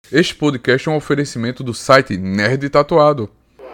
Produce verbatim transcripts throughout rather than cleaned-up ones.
Este podcast é um oferecimento do site Nerd Tatuado.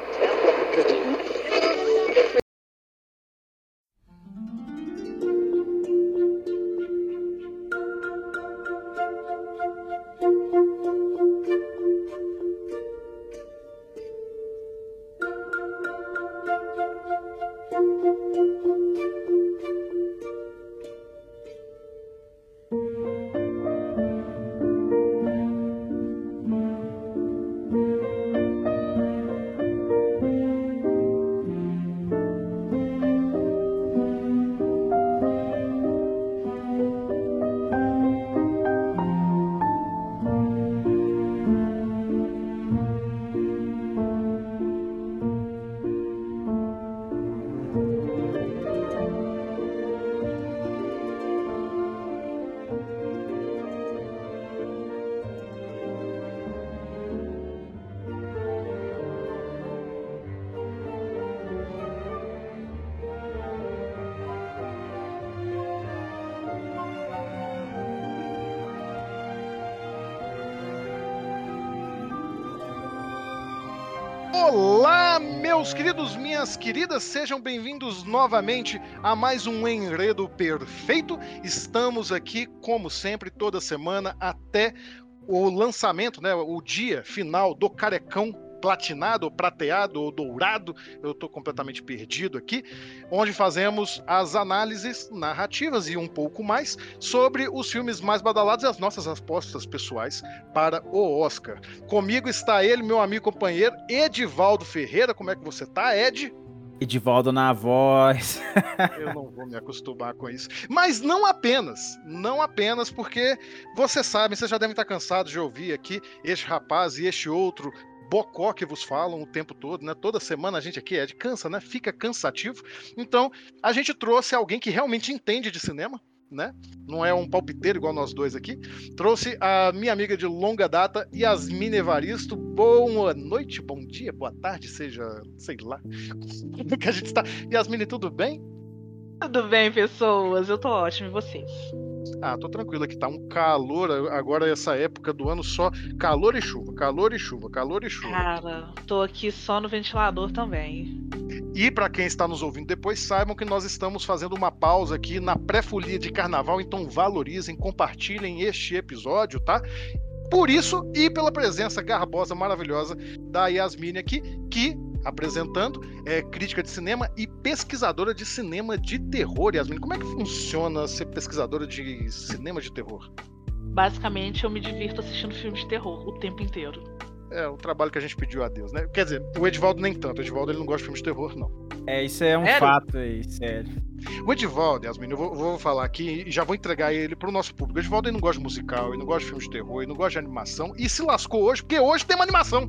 Olá, meus queridos, minhas queridas, sejam bem-vindos novamente a mais um Enredo Perfeito. Estamos aqui, como sempre, toda semana até o lançamento, né, o dia final do Carecão platinado, ou prateado, ou dourado, eu tô completamente perdido aqui, onde fazemos as análises narrativas e um pouco mais sobre os filmes mais badalados e as nossas apostas pessoais para o Oscar. Comigo está ele, meu amigo e companheiro, Edivaldo Ferreira. Como é que você tá, Ed? Edivaldo na voz. Eu não vou me acostumar com isso. Mas não apenas, não apenas, porque vocês sabem, vocês já devem estar cansados de ouvir aqui este rapaz e este outro bocó que vos falam o tempo todo, né? Toda semana a gente aqui é de cansa, né? Fica cansativo. Então, a gente trouxe alguém que realmente entende de cinema, né? Não é um palpiteiro igual nós dois aqui. Trouxe a minha amiga de longa data, Yasmine Evaristo. Boa noite, bom dia, boa tarde, seja, sei lá. Como que a gente está? Yasmine, tudo bem? Tudo bem, pessoas? Eu tô ótimo, e vocês? Ah, tô tranquilo aqui, tá um calor, agora essa época do ano só calor e chuva, calor e chuva, calor e chuva. Cara, tô aqui só no ventilador também. E para quem está nos ouvindo depois, saibam que nós estamos fazendo uma pausa aqui na pré-folia de carnaval, então valorizem, compartilhem este episódio, tá? Por isso, e pela presença garbosa, maravilhosa da Yasmine aqui, que, apresentando, é crítica de cinema e pesquisadora de cinema de terror. Yasmine, como é que funciona ser pesquisadora de cinema de terror? Basicamente, eu me divirto assistindo filmes de terror o tempo inteiro. É o trabalho que a gente pediu a Deus, né? Quer dizer, o Edivaldo nem tanto. O Edivaldo ele não gosta de filmes de terror, não. É, isso é um Sério? fato aí, sério. O Edivaldo, Yasmine, eu vou, vou falar aqui e já vou entregar ele pro nosso público. O Edivaldo ele não gosta de musical, ele não gosta de filmes de terror, ele não gosta de animação. E se lascou hoje, porque hoje tem uma animação.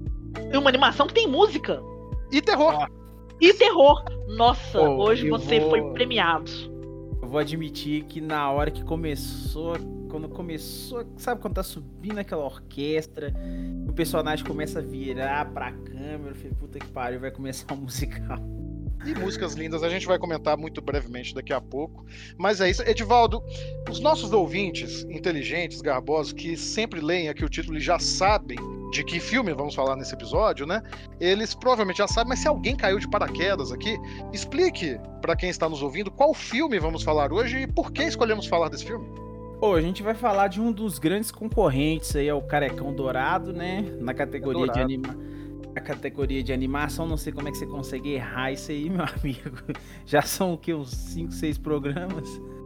E uma animação que tem música E terror. e terror. Nossa, Pô, hoje eu você vou- foi premiado. Eu vou admitir que na hora que começou, quando começou, sabe quando tá subindo aquela orquestra, o personagem começa a virar pra câmera, eu falei, puta que pariu, vai começar um musical. E músicas lindas, a gente vai comentar muito brevemente daqui a pouco. Mas é isso. Edivaldo, os nossos ouvintes inteligentes, garbosos, que sempre leem aqui o título e já sabem de que filme vamos falar nesse episódio, né? Eles provavelmente já sabem, mas se alguém caiu de paraquedas aqui, explique para quem está nos ouvindo qual filme vamos falar hoje e por que escolhemos falar desse filme. Pô, a gente vai falar de um dos grandes concorrentes aí, é o Carecão Dourado, né? Na categoria de Dourado. anima... Na categoria de animação, não sei como é que você consegue errar isso aí, meu amigo. Já são o que, uns cinco, seis programas?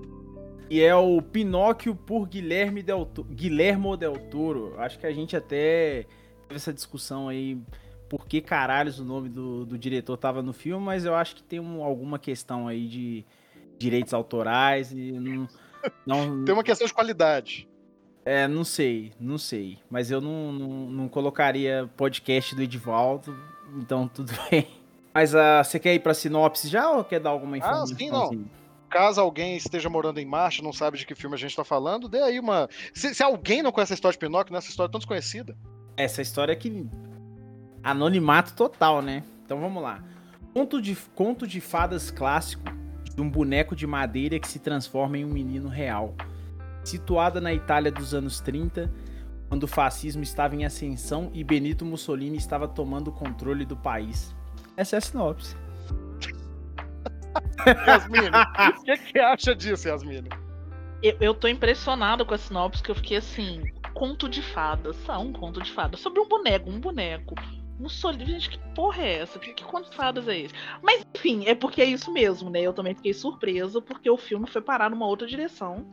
E é o Pinóquio por Guilherme Del To- Guillermo Del Toro. Acho que a gente até teve essa discussão aí, por que caralhos o nome do, do diretor tava no filme, mas eu acho que tem um- alguma questão aí de direitos autorais e não... não Tem uma questão de qualidade. é, não sei, não sei. Mas eu não, não, não colocaria podcast do Edivaldo, então tudo bem. Mas uh, você quer ir pra sinopse já ou quer dar alguma Ah, informação? sim, não. Caso alguém esteja morando em Marte, não sabe de que filme a gente tá falando, dê aí uma... Se, se alguém não conhece a história de Pinóquio, nessa história tão desconhecida. Essa história é que... Anonimato total, né? Então vamos lá. Conto de, conto de fadas clássico de um boneco de madeira que se transforma em um menino real. Situada na Itália dos anos trinta, quando o fascismo estava em ascensão e Benito Mussolini estava tomando o controle do país. Essa é a sinopse. Yasmine, o que que acha disso, Yasmine? Eu, eu tô impressionada com a sinopse, que eu fiquei assim, conto de fadas, só um conto de fadas, sobre um boneco, um boneco. Mussolini, gente, que porra é essa? Que, que conto de fadas é esse? Mas enfim, é porque é isso mesmo, né? Eu também fiquei surpresa, porque o filme foi parar numa outra direção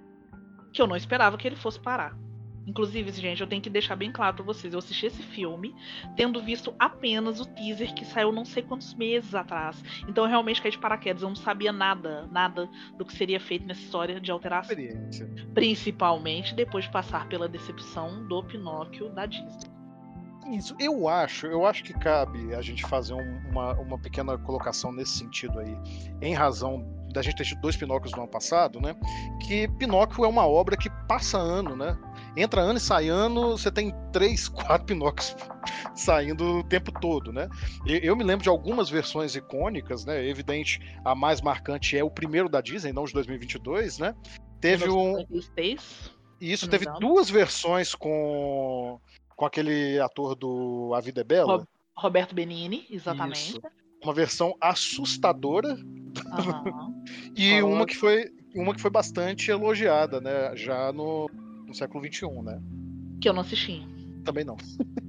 que eu não esperava que ele fosse parar. Inclusive, gente, eu tenho que deixar bem claro pra vocês, eu assisti esse filme tendo visto apenas o teaser que saiu não sei quantos meses atrás. Então eu realmente caí de paraquedas, eu não sabia nada, nada do que seria feito nessa história de alteração. Experiência. Principalmente depois de passar pela decepção do Pinóquio da Disney. Isso, eu acho, eu acho que cabe a gente fazer um- uma, uma pequena colocação nesse sentido aí, em razão da gente ter tido dois Pinóquios no ano passado, né? Que Pinóquio é uma obra que passa ano, né? Entra ano e sai ano, você tem três, quatro Pinóquios saindo o tempo todo, né? E- Eu me lembro de algumas versões icônicas, né? Evidente, a mais marcante é o primeiro da Disney, não de dois mil e vinte e dois, né? Teve um, mil novecentos e noventa e seis, e isso se não teve me engano. duas versões com com aquele ator do A Vida é Bela. Rob- Roberto Benini, exatamente. Isso. Uma versão assustadora Aham. e Horrorosa. uma que foi uma que foi bastante elogiada, né? Já no, no século vinte e um, né? Que eu não assisti. Também não.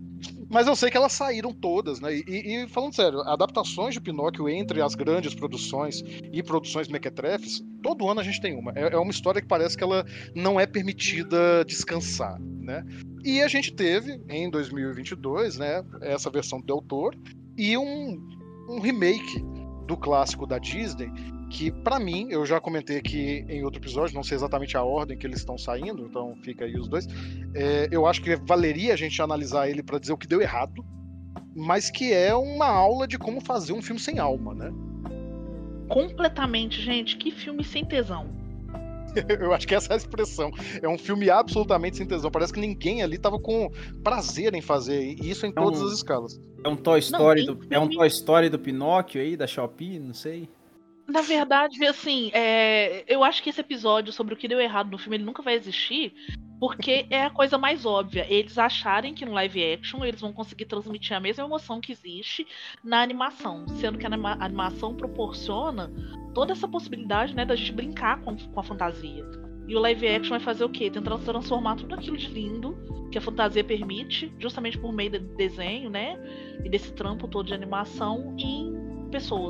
Mas eu sei que elas saíram todas, né? E, e falando sério, adaptações de Pinóquio entre as grandes produções e produções mequetrefes, todo ano a gente tem uma. É, é uma história que parece que ela não é permitida descansar, né? E a gente teve, em dois mil e vinte e dois, né, essa versão do Del Toro e um, um remake do clássico da Disney, que pra mim, eu já comentei aqui em outro episódio, não sei exatamente a ordem que eles estão saindo, então fica aí os dois. É, eu acho que valeria a gente analisar ele pra dizer o que deu errado, mas que é uma aula de como fazer um filme sem alma, né? Completamente, gente. Que filme sem tesão. Eu acho que essa é a expressão. É um filme absolutamente sem tesão. Parece que ninguém ali tava com prazer em fazer, e isso em todas Não. as escalas. É um Toy Story, tem do, é um filme- Toy Story do Pinóquio aí, da Shopee, não sei. Na verdade, assim, é, eu acho que esse episódio sobre o que deu errado no filme, ele nunca vai existir, porque é a coisa mais óbvia. Eles acharem que no live action eles vão conseguir transmitir a mesma emoção que existe na animação, sendo que a anima- a animação proporciona toda essa possibilidade, né, da gente brincar com, com a fantasia. E o live action vai fazer o quê? Tentar transformar tudo aquilo de lindo que a fantasia permite, justamente por meio de desenho, né, e desse trampo todo de animação, em pessoas.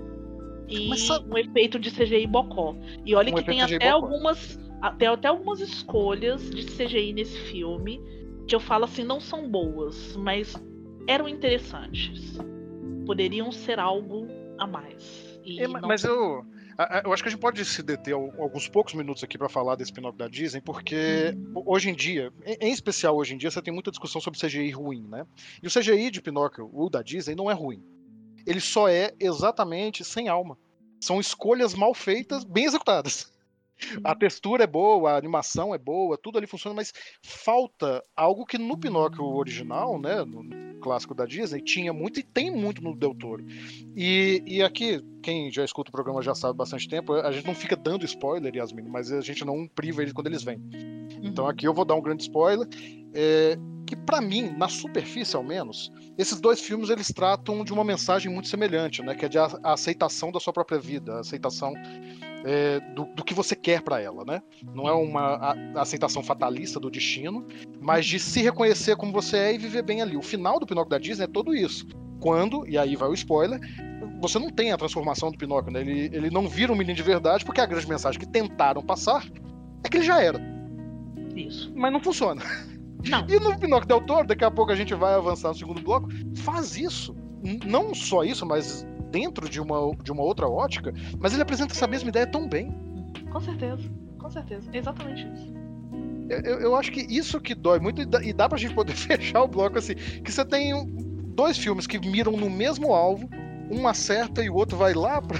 E Mas sabe- um efeito de C G I bocó. E olha Um que efeito tem C G I até bocó. algumas, até, até algumas escolhas de C G I nesse filme que eu falo assim, não são boas, mas eram interessantes. Poderiam ser algo a mais. E É, ma- não mas são. eu, a- a- eu acho que a gente pode se deter al- alguns poucos minutos aqui para falar desse Pinóquio da Disney, porque hoje em dia, em em especial hoje em dia, você tem muita discussão sobre C G I ruim, né? E o C G I de Pinóquio, o da Disney, não é ruim. Ele só é exatamente sem alma. São escolhas mal feitas, bem executadas. A textura é boa, a animação é boa, tudo ali funciona, mas falta algo que no Pinóquio original, né, no clássico da Disney, tinha muito e tem muito no Del Toro. E, e aqui, quem já escuta o programa já sabe há bastante tempo, a gente não fica dando spoiler, Yasmin, mas a gente não priva eles quando eles vêm. Então aqui eu vou dar um grande spoiler, é, que pra mim, na superfície ao menos, esses dois filmes eles tratam de uma mensagem muito semelhante, né, que é de a, a aceitação da sua própria vida, a aceitação é, do, do que você quer pra ela, né? Não é uma a, a aceitação fatalista do destino, mas de se reconhecer como você é e viver bem ali. O final do Pinóquio da Disney é tudo isso. Quando, e aí vai o spoiler, você não tem a transformação do Pinóquio, né? Ele, ele não vira um menino de verdade, porque a grande mensagem que tentaram passar é que ele já era. Isso. Mas não funciona. Não. E no Pinóquio Del Toro, daqui a pouco a gente vai avançar no segundo bloco, faz isso. N- Não só isso, mas dentro de uma, de uma outra ótica, mas ele apresenta essa mesma ideia tão bem. Com certeza. Com certeza. É exatamente isso. Eu, eu- eu acho que isso que dói muito, e dá, e dá pra gente poder fechar o bloco assim, que você tem um- dois filmes que miram no mesmo alvo, um acerta e o outro vai lá pra,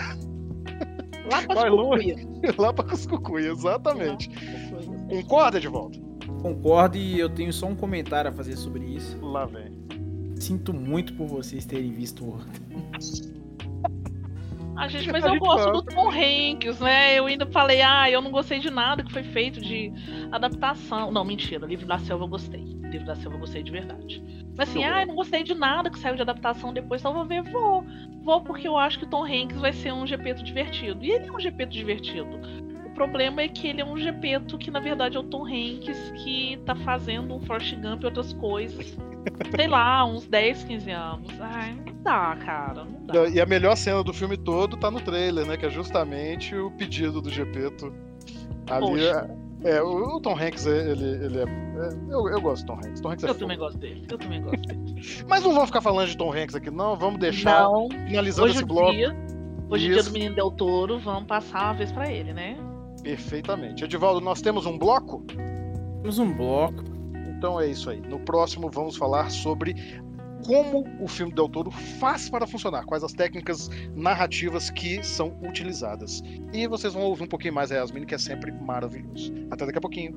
Lá pra Vai longe. descobrir. lá pra Cuscucuia, exatamente. Lá pra Concorda, de volta? Concordo, e eu tenho só um comentário a fazer sobre isso. Lá vem. Sinto muito por vocês terem visto o outro. Ah, gente, mas A eu gente gosto do gosta. Tom Hanks, né? Eu ainda falei, ah, eu não gostei de nada que foi feito de adaptação. Não, mentira, Livro da Selva eu gostei. Livro da Selva eu gostei de verdade. Mas assim, Eu ah, eu não gostei de nada que saiu de adaptação depois, então eu vou ver, vou. Vou porque eu acho que o Tom Hanks vai ser um Gepeto divertido. E ele é um Gepeto divertido. O problema é que ele é um Gepeto que, na verdade, é o Tom Hanks que tá fazendo um Forrest Gump e outras coisas. Sei lá, uns dez, quinze anos. Ai, não dá, cara, não dá. E a melhor cena do filme todo tá no trailer, né? Que é justamente o pedido do Gepeto. Ali Poxa. é, é, o, o Tom Hanks, ele, ele é, é- eu, eu gosto do Tom Hanks. Tom Hanks é Eu foda. também gosto dele, eu também gosto dele. Mas não vamos ficar falando de Tom Hanks aqui, não. Vamos deixar, Não, finalizando hoje esse o bloco. dia, hoje o dia Isso. do Menino Del Toro, vamos passar uma vez pra ele, né? Perfeitamente. Edivaldo, nós temos um bloco? Temos um bloco. Então é isso aí. No próximo vamos falar sobre como o filme Del Toro faz para funcionar, quais as técnicas narrativas que são utilizadas. E vocês vão ouvir um pouquinho mais a Yasmin, que é sempre maravilhoso. Até daqui a pouquinho.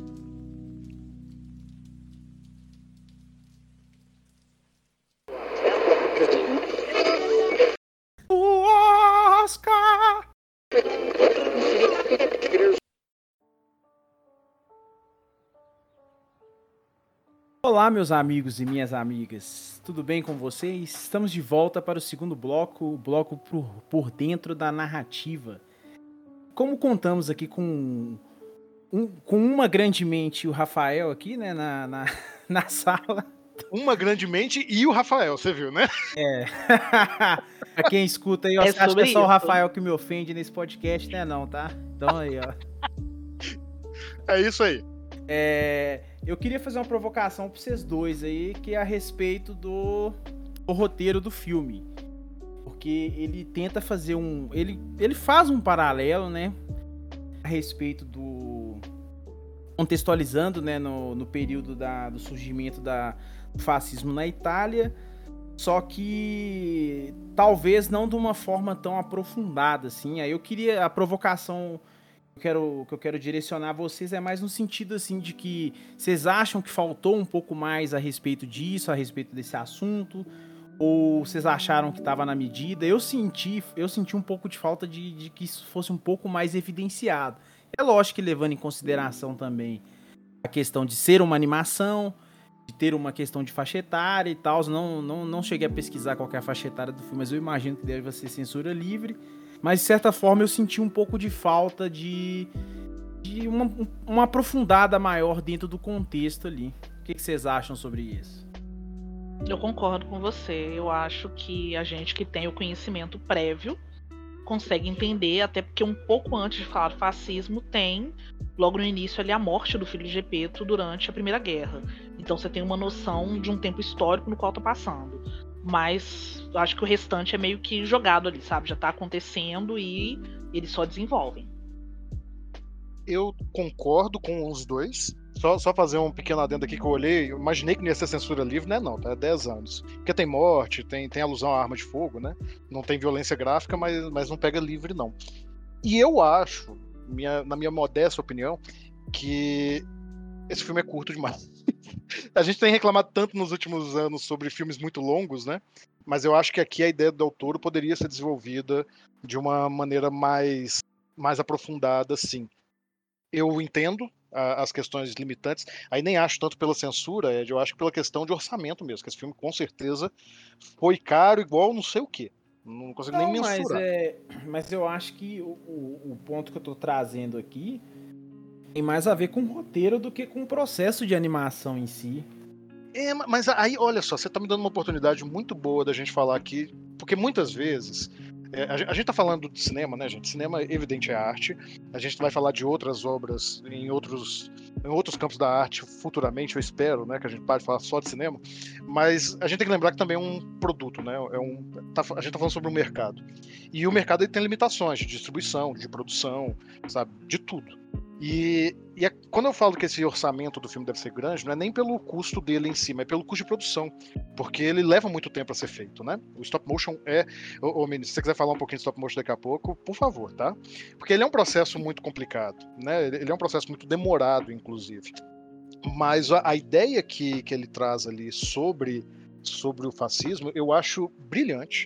O Oscar! Olá, meus amigos e minhas amigas, tudo bem com vocês? Estamos de volta para o segundo bloco, o bloco por, por dentro da narrativa. Como contamos aqui com, um, com uma grande mente, o Rafael aqui, né, na, na, na sala. Uma grandemente e o Rafael, você viu, né? É. Pra quem escuta aí, eu É acho que é sobre só o isso. Rafael que me ofende nesse podcast, né, não, tá? Então aí, ó. É isso aí. É, eu queria fazer uma provocação pra vocês dois aí, que é a respeito do, do roteiro do filme. Porque ele tenta fazer um... Ele, ele faz um paralelo, né? A respeito do... Contextualizando, né? No, no período da, do surgimento da, do fascismo na Itália. Só que... Talvez não de uma forma tão aprofundada, assim. Aí eu queria... A provocação... Que eu, quero, que eu quero direcionar a vocês é mais no sentido assim de que vocês acham que faltou um pouco mais a respeito disso, a respeito desse assunto, ou vocês acharam que estava na medida? Eu senti, eu senti um pouco de falta de, de que isso fosse um pouco mais evidenciado. É lógico que levando em consideração também a questão de ser uma animação, de ter uma questão de faixa etária e tal. Não, não, não cheguei a pesquisar qual que é a faixa etária do filme, mas eu imagino que deve ser censura livre. Mas, de certa forma, eu senti um pouco de falta de, de uma, uma aprofundada maior dentro do contexto ali. O que, que vocês acham sobre isso? Eu concordo com você. Eu acho que a gente que tem o conhecimento prévio consegue entender, até porque um pouco antes de falar do fascismo tem, logo no início, ali a morte do filho de Gepeto durante a Primeira Guerra. Então você tem uma noção de um tempo histórico no qual tá passando. Mas acho que o restante é meio que jogado ali, sabe? Já tá acontecendo e eles só desenvolvem. Eu concordo com os dois. Só, só fazer um pequeno adendo aqui que eu olhei. Eu imaginei que não ia ser censura livre, né? Não, tá? É dez anos. Porque tem morte, tem, tem alusão à arma de fogo, né? Não tem violência gráfica, mas, mas não pega livre, não. E eu acho, minha, na minha modesta opinião, que esse filme é curto demais. A gente tem reclamado tanto nos últimos anos sobre filmes muito longos, né? Mas eu acho que aqui a ideia do Del Toro poderia ser desenvolvida de uma maneira mais, mais aprofundada, sim. Eu entendo a, as questões limitantes, aí nem acho tanto pela censura, Ed, eu acho que pela questão de orçamento mesmo, que esse filme com certeza foi caro igual não sei o quê. Não consigo nem Não, mas, mensurar. é, mas eu acho que o, o, o ponto que eu tô trazendo aqui tem mais a ver com o roteiro do que com o processo de animação em si. É, mas aí, olha só, você tá me dando uma oportunidade muito boa da gente falar aqui, porque muitas vezes, é, a, a gente tá falando de cinema, né, gente? Cinema, evidente, é arte. A gente vai falar de outras obras em outros, em outros campos da arte futuramente, eu espero, né, que a gente pare de falar só de cinema. Mas a gente tem que lembrar que também é um produto, né? É um, tá, a gente tá falando sobre o mercado. E o mercado ele tem limitações de distribuição, de produção, sabe? De tudo. E, e é, quando eu falo que esse orçamento do filme deve ser grande, não é nem pelo custo dele em si, mas é pelo custo de produção, porque ele leva muito tempo a ser feito, né? O stop motion é... Ô, ô menino, se você quiser falar um pouquinho de stop motion daqui a pouco, por favor, tá? Porque ele é um processo muito complicado, né? Ele é um processo muito demorado, inclusive. Mas a, a ideia que, que ele traz ali sobre, sobre o fascismo, eu acho brilhante.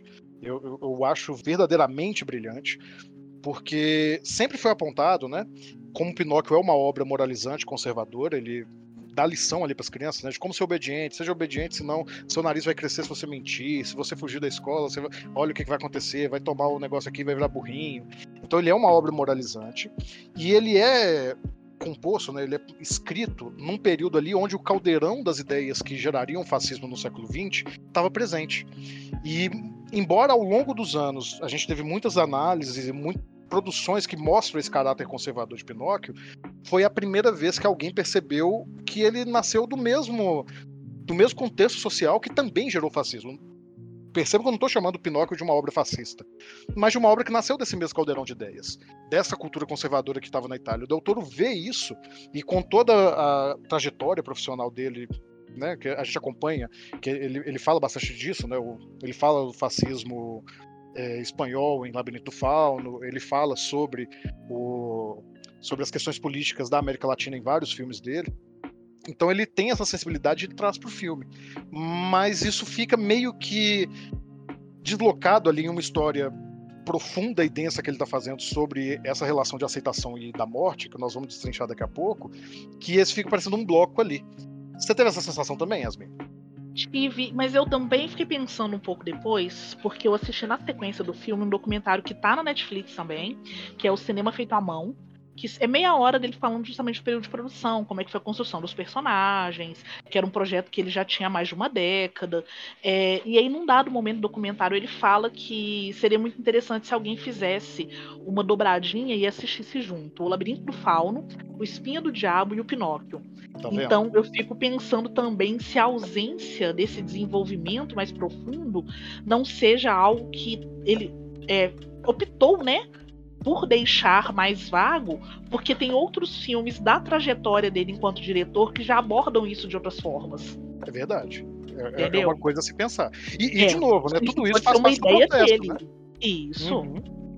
Eu, eu, eu acho verdadeiramente brilhante, porque sempre foi apontado, né, como Pinóquio é uma obra moralizante, conservadora, ele dá lição ali para as crianças, né, de como ser obediente, seja obediente, senão seu nariz vai crescer se você mentir, se você fugir da escola, você vai, olha o que, que vai acontecer, vai tomar o negócio aqui, vai virar burrinho. Então ele é uma obra moralizante, e ele é composto, né, ele é escrito num período ali onde o caldeirão das ideias que gerariam o fascismo no século vinte estava presente. E, embora ao longo dos anos a gente teve muitas análises e muitas produções que mostram esse caráter conservador de Pinóquio, foi a primeira vez que alguém percebeu que ele nasceu do mesmo, do mesmo contexto social que também gerou fascismo. Perceba que eu não estou chamando Pinóquio de uma obra fascista, mas de uma obra que nasceu desse mesmo caldeirão de ideias, dessa cultura conservadora que estava na Itália. O Del Toro vê isso, e com toda a trajetória profissional dele, né, que a gente acompanha, que ele, ele fala bastante disso, né, o, ele fala do fascismo é, espanhol em Labirinto do Fauno, ele fala sobre, o, sobre as questões políticas da América Latina em vários filmes dele. Então ele tem essa sensibilidade e traz pro filme. Mas isso fica meio que deslocado ali em uma história profunda e densa que ele está fazendo sobre essa relação de aceitação e da morte, que nós vamos destrinchar daqui a pouco, que esse fica parecendo um bloco ali. Você teve essa sensação também, Yasmin? Tive, mas eu também fiquei pensando um pouco depois, porque eu assisti na sequência do filme um documentário que tá na Netflix também, que é o Cinema Feito à Mão, que é meia hora dele falando justamente do período de produção, como é que foi a construção dos personagens, que era um projeto que ele já tinha há mais de uma década. É, e aí, num dado momento do documentário, ele fala que seria muito interessante se alguém fizesse uma dobradinha e assistisse junto o Labirinto do Fauno, o Espinha do Diabo e o Pinóquio. Tá então, eu fico pensando também se a ausência desse desenvolvimento mais profundo não seja algo que ele é, optou, né, por deixar mais vago, porque tem outros filmes da trajetória dele enquanto diretor que já abordam isso de outras formas. É verdade. É, é uma coisa a se pensar. E, e é, de novo, né? Tudo isso faz uma parte ideia do processo, dele. Né? Isso. Uhum.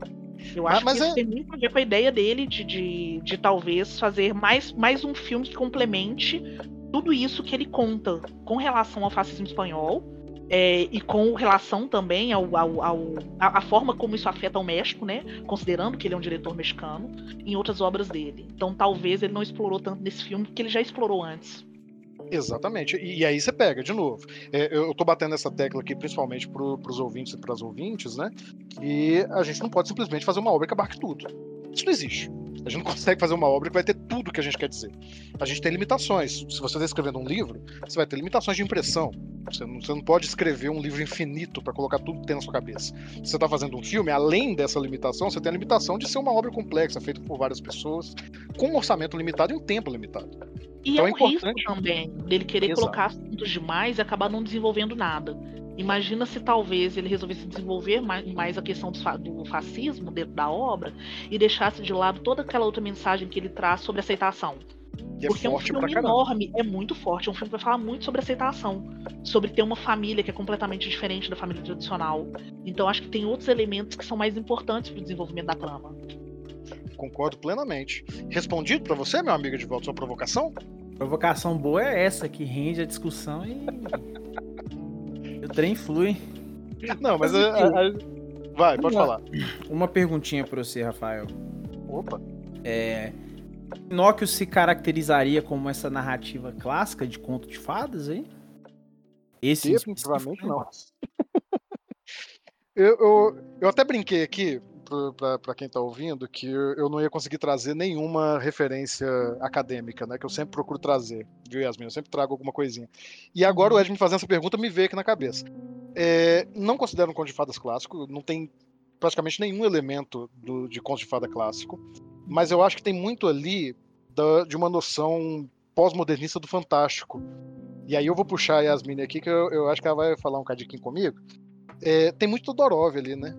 Eu acho mas, mas que isso é... tem muito a ver com a ideia dele de, de, de talvez fazer mais, mais um filme que complemente tudo isso que ele conta com relação ao fascismo espanhol. É, e com relação também ao, ao, ao, a, a forma como isso afeta o México, né? Considerando que ele é um diretor mexicano, em outras obras dele. Então talvez ele não explorou tanto nesse filme, porque ele já explorou antes. Exatamente, e, e aí você pega, de novo. É, eu tô batendo essa tecla aqui principalmente pro, pros ouvintes e pras ouvintes, né? Que a gente não pode simplesmente fazer uma obra que abarque tudo. Isso não existe. A gente não consegue fazer uma obra que vai ter tudo que a gente quer dizer. A gente tem limitações. Se você está escrevendo um livro, você vai ter limitações de impressão. Você não, você não pode escrever um livro infinito para colocar tudo que tem na sua cabeça. Se você está fazendo um filme, além dessa limitação, você tem a limitação de ser uma obra complexa, feita por várias pessoas, com um orçamento limitado e um tempo limitado. E então é um é importante risco também dele querer Exato. colocar assuntos demais e acabar não desenvolvendo nada. Imagina se talvez ele resolvesse desenvolver mais, mais a questão do, fa- do fascismo dentro da obra e deixasse de lado toda aquela outra mensagem que ele traz sobre aceitação. E é Porque é um forte filme pra caramba. enorme, é muito forte. É um filme que vai falar muito sobre aceitação, sobre ter uma família que é completamente diferente da família tradicional. Então acho que tem outros elementos que são mais importantes para o desenvolvimento da trama. Concordo plenamente. Respondido pra você, meu amigo, de volta, sua provocação? Provocação boa é essa, que rende a discussão e o trem flui. Não, mas a, a, a... vai, pode uma, falar. Uma perguntinha pra você, Rafael. Opa. É, Pinóquio se caracterizaria como essa narrativa clássica de conto de fadas, hein? Esse definitivamente não. eu, eu, eu até brinquei aqui para quem está ouvindo que eu não ia conseguir trazer nenhuma referência acadêmica, né? Que eu sempre procuro trazer, viu, Yasmin? Eu sempre trago alguma coisinha. E agora o Ed me fazendo essa pergunta me veio aqui na cabeça. É, não considero um conto de fadas clássico, não tem praticamente nenhum elemento do, de conto de fada clássico, mas eu acho que tem muito ali da, de uma noção pós-modernista do fantástico. E aí eu vou puxar a Yasmin aqui, que eu, eu acho que ela vai falar um cadinho comigo. É, tem muito Todorov ali, né?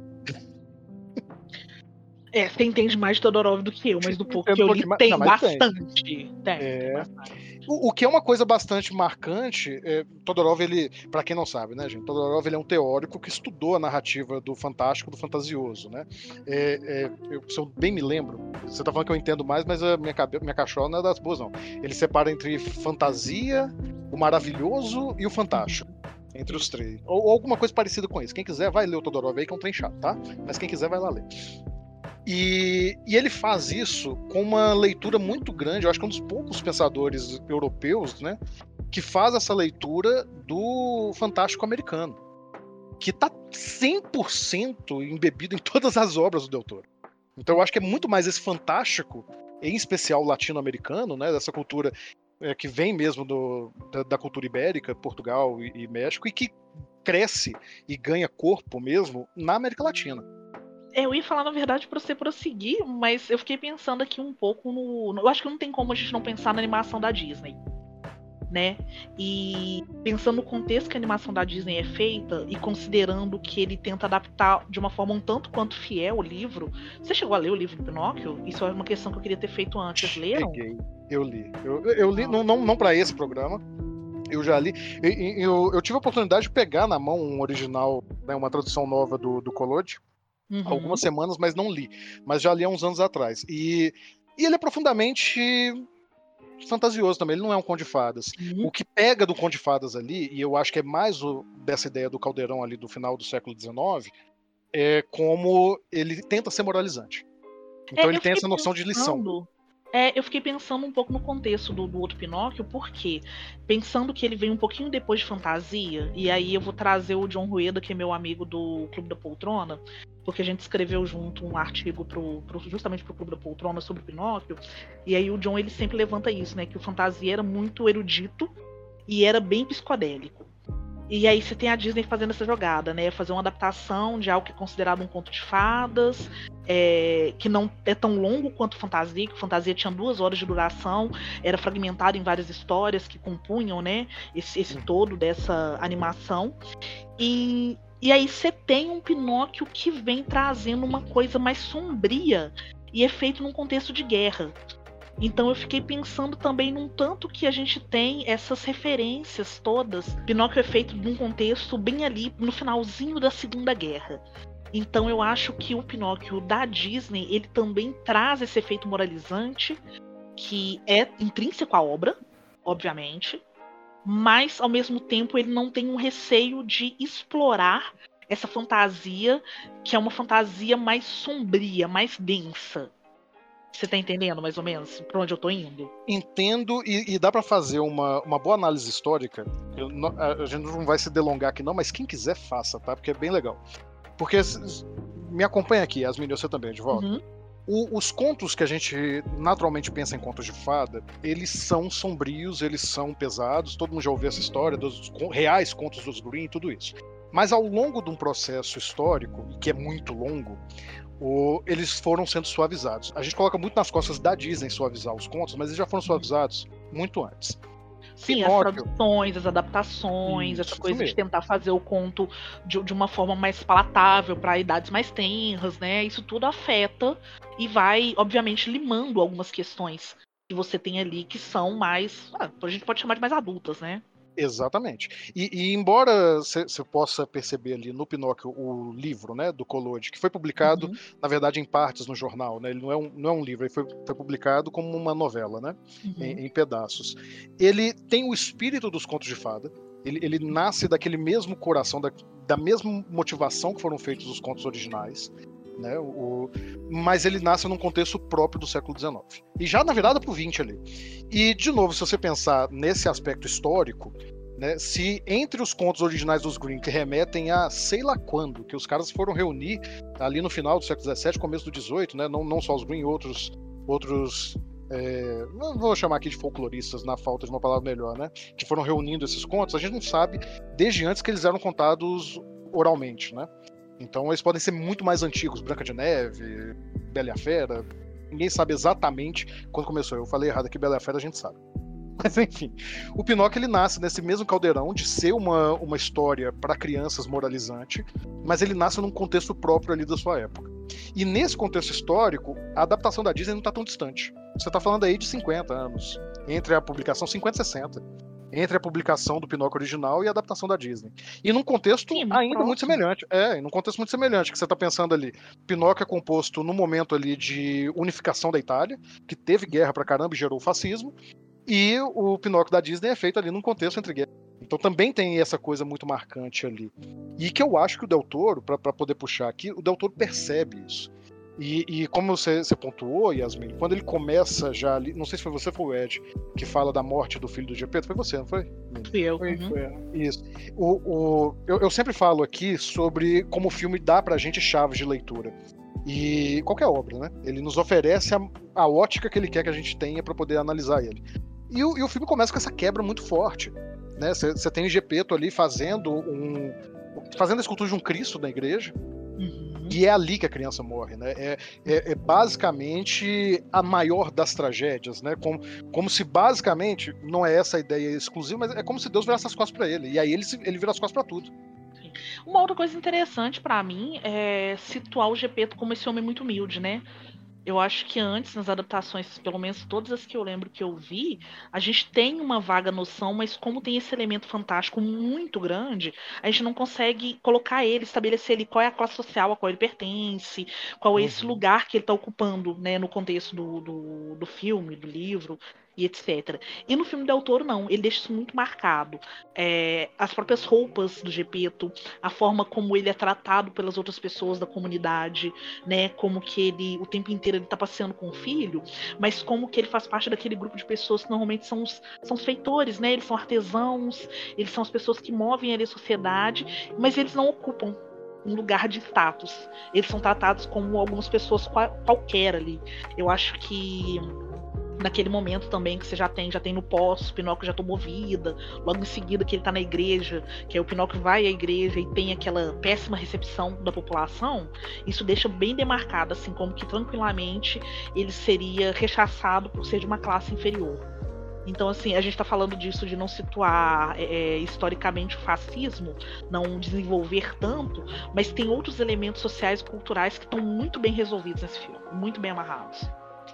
É, você entende mais de Todorov do que eu, mas do pouco Entendo que eu um li pouquinho mais- tem não, mas tem. bastante. Tem, É. tem bastante. O, o que é uma coisa bastante marcante, é, Todorov, ele, para quem não sabe, né, gente, Todorov ele é um teórico que estudou a narrativa do fantástico, do fantasioso, né? É, é, eu, se eu bem me lembro, você tá falando que eu entendo mais, mas a minha, cabe, minha cachola não é das boas, não. Ele separa entre fantasia, o maravilhoso e o fantástico. Entre os três. Ou, ou alguma coisa parecida com isso. Quem quiser vai ler o Todorov aí, que é um trem chato, tá? Mas quem quiser vai lá ler. E, e ele faz isso com uma leitura muito grande. Eu acho que é um dos poucos pensadores europeus, né, que faz essa leitura do fantástico americano, que tá cem por cento embebido em todas as obras do Del Toro. Então eu acho que é muito mais esse fantástico, em especial latino-americano, né, dessa cultura é, que vem mesmo do, da, da cultura ibérica, Portugal e, e México, e que cresce e ganha corpo mesmo na América Latina. Eu ia falar, na verdade, pra você prosseguir, mas eu fiquei pensando aqui um pouco no, no... Eu acho que não tem como a gente não pensar na animação da Disney, né? E pensando no contexto que a animação da Disney é feita e considerando que ele tenta adaptar de uma forma um tanto quanto fiel o livro. Você chegou a ler o livro do Pinóquio? Isso é uma questão que eu queria ter feito antes. Vocês leram? Cheguei. Eu li. Eu, eu li, não, não, não para esse programa. Eu já li. Eu, eu, eu tive a oportunidade de pegar na mão um original, né, uma tradução nova do, do Collodi. Uhum. Algumas semanas, mas não li. Mas já li há uns anos atrás. E, e ele é profundamente fantasioso também. Ele não é um conto de fadas. Uhum. O que pega do conto de fadas ali, e eu acho que é mais o, dessa ideia do Caldeirão ali do final do século dezenove, é como ele tenta ser moralizante. Então é, ele tem essa noção pensando... de lição. É, eu fiquei pensando um pouco no contexto do, do outro Pinóquio, porque pensando que ele veio um pouquinho depois de Fantasia, e aí eu vou trazer o John Rueda, que é meu amigo do Clube da Poltrona, porque a gente escreveu junto um artigo pro, pro, justamente pro Clube da Poltrona sobre o Pinóquio, e aí o John ele sempre levanta isso, né, que o Fantasia era muito erudito e era bem psicodélico. E aí você tem a Disney fazendo essa jogada, né? Fazer uma adaptação de algo que é considerado um conto de fadas, é, que não é tão longo quanto Fantasia, que Fantasia tinha duas horas de duração, era fragmentado em várias histórias que compunham, né, esse, esse todo dessa animação. E, e aí você tem um Pinóquio que vem trazendo uma coisa mais sombria e é feito num contexto de guerra. Então eu fiquei pensando também num tanto que a gente tem essas referências todas. Pinóquio é feito num contexto bem ali no finalzinho da Segunda Guerra. Então eu acho que o Pinóquio da Disney, ele também traz esse efeito moralizante, que é intrínseco à obra, obviamente, mas ao mesmo tempo ele não tem um receio de explorar essa fantasia, que é uma fantasia mais sombria, mais densa. Você tá entendendo, mais ou menos, pra onde eu tô indo? Entendo, e, e dá pra fazer uma, uma boa análise histórica. Eu, a, a gente não vai se delongar aqui não, mas quem quiser faça, tá? Porque é bem legal. Porque, me acompanha aqui, Yasmin, você também, de volta. Uhum. O, os contos que a gente naturalmente pensa em contos de fada, eles são sombrios, eles são pesados, todo mundo já ouviu essa história dos reais contos dos Grimm e tudo isso. Mas ao longo de um processo histórico, que é muito longo, O, eles foram sendo suavizados. A gente coloca muito nas costas da Disney suavizar os contos, mas eles já foram suavizados muito antes. Sim, Pinóquio, as traduções, as adaptações, essa coisa de tentar fazer o conto de, de uma forma mais palatável para idades mais tenras, né? Isso tudo afeta e vai, obviamente, limando algumas questões que você tem ali que são mais, ah, a gente pode chamar de mais adultas, né? Exatamente. E, e embora você possa perceber ali no Pinóquio o livro, né, do Collodi, que foi publicado, uhum. na verdade, em partes no jornal, né? Ele não é um, não é um livro, ele foi, foi publicado como uma novela, né? Uhum. Em, em pedaços. Ele tem o espírito dos contos de fada, ele, ele nasce daquele mesmo coração, da, da mesma motivação que foram feitos os contos originais. Né, o, mas ele nasce num contexto próprio do século dezenove. E já na virada pro vinte ali. E, de novo, se você pensar nesse aspecto histórico, né, se entre os contos originais dos Grimm, que remetem a sei lá quando, que os caras foram reunir ali no final do século dezessete, começo do dezoito, né, não, não só os Grimm, outros, outros é, não vou chamar aqui de folcloristas, na falta de uma palavra melhor, né, que foram reunindo esses contos, a gente não sabe desde antes que eles eram contados oralmente, né. Então eles podem ser muito mais antigos, Branca de Neve, Bela e a Fera. Ninguém sabe exatamente quando começou. Eu falei errado aqui, Bela e a Fera a gente sabe. Mas enfim, o Pinóquio ele nasce nesse mesmo caldeirão de ser uma, uma história para crianças moralizante, mas ele nasce num contexto próprio ali da sua época. E nesse contexto histórico, a adaptação da Disney não está tão distante. Você está falando aí de cinquenta anos, entre a publicação cinquenta e sessenta. Entre a publicação do Pinóquio original e a adaptação da Disney. E num contexto Sim, ainda próximo. muito semelhante. É, num contexto muito semelhante, que você está pensando ali. Pinóquio é composto no momento ali de unificação da Itália, que teve guerra pra caramba e gerou o fascismo, e o Pinóquio da Disney é feito ali num contexto entre guerra. Então também tem essa coisa muito marcante ali. E que eu acho que o Del Toro, para poder puxar aqui, o Del Toro percebe isso. E, e como você, você pontuou, Yasmin, quando ele começa já ali, não sei se foi você ou foi o Ed, que fala da morte do filho do Gepeto, foi você, não foi? Fui eu. Foi, Uhum. foi. Isso. O, o, eu, eu sempre falo aqui sobre como o filme dá pra gente chaves de leitura. E qualquer obra, né? Ele nos oferece a, a ótica que ele quer que a gente tenha para poder analisar ele. E o, e o filme começa com essa quebra muito forte. Você né? tem o Gepeto ali fazendo um. fazendo a escultura de um Cristo na igreja. Uhum. E é ali que a criança morre, né? É, é, é basicamente a maior das tragédias, né? Como, como se basicamente, não é essa a ideia exclusiva, mas é como se Deus virasse as costas para ele. E aí ele, ele vira as costas para tudo. Uma outra coisa interessante pra mim é situar o Gepeto como esse homem muito humilde, né? Eu acho que antes, nas adaptações, pelo menos todas as que eu lembro que eu vi, a gente tem uma vaga noção, mas como tem esse elemento fantástico muito grande, a gente não consegue colocar ele, estabelecer ele qual é a classe social a qual ele pertence, qual é esse Uhum. lugar que ele está ocupando, né, no contexto do, do, do filme, do livro e etcétera. E no filme Del Toro, não, ele deixa isso muito marcado. É, as próprias roupas do Gepeto, a forma como ele é tratado pelas outras pessoas da comunidade, né, como que ele, o tempo inteiro ele tá passeando com o filho, mas como que ele faz parte daquele grupo de pessoas que normalmente são os, são os feitores, né, eles são artesãos, eles são as pessoas que movem ali a sociedade, mas eles não ocupam um lugar de status, eles são tratados como algumas pessoas qual, qualquer ali. Eu acho que naquele momento também que você já tem, já tem no pós, o Pinóquio já tomou vida, logo em seguida que ele tá na igreja, que aí o Pinóquio vai à igreja e tem aquela péssima recepção da população, isso deixa bem demarcado, assim, como que tranquilamente ele seria rechaçado por ser de uma classe inferior. Então, assim, a gente tá falando disso de não situar é, historicamente o fascismo, não desenvolver tanto, mas tem outros elementos sociais e culturais que estão muito bem resolvidos nesse filme, muito bem amarrados.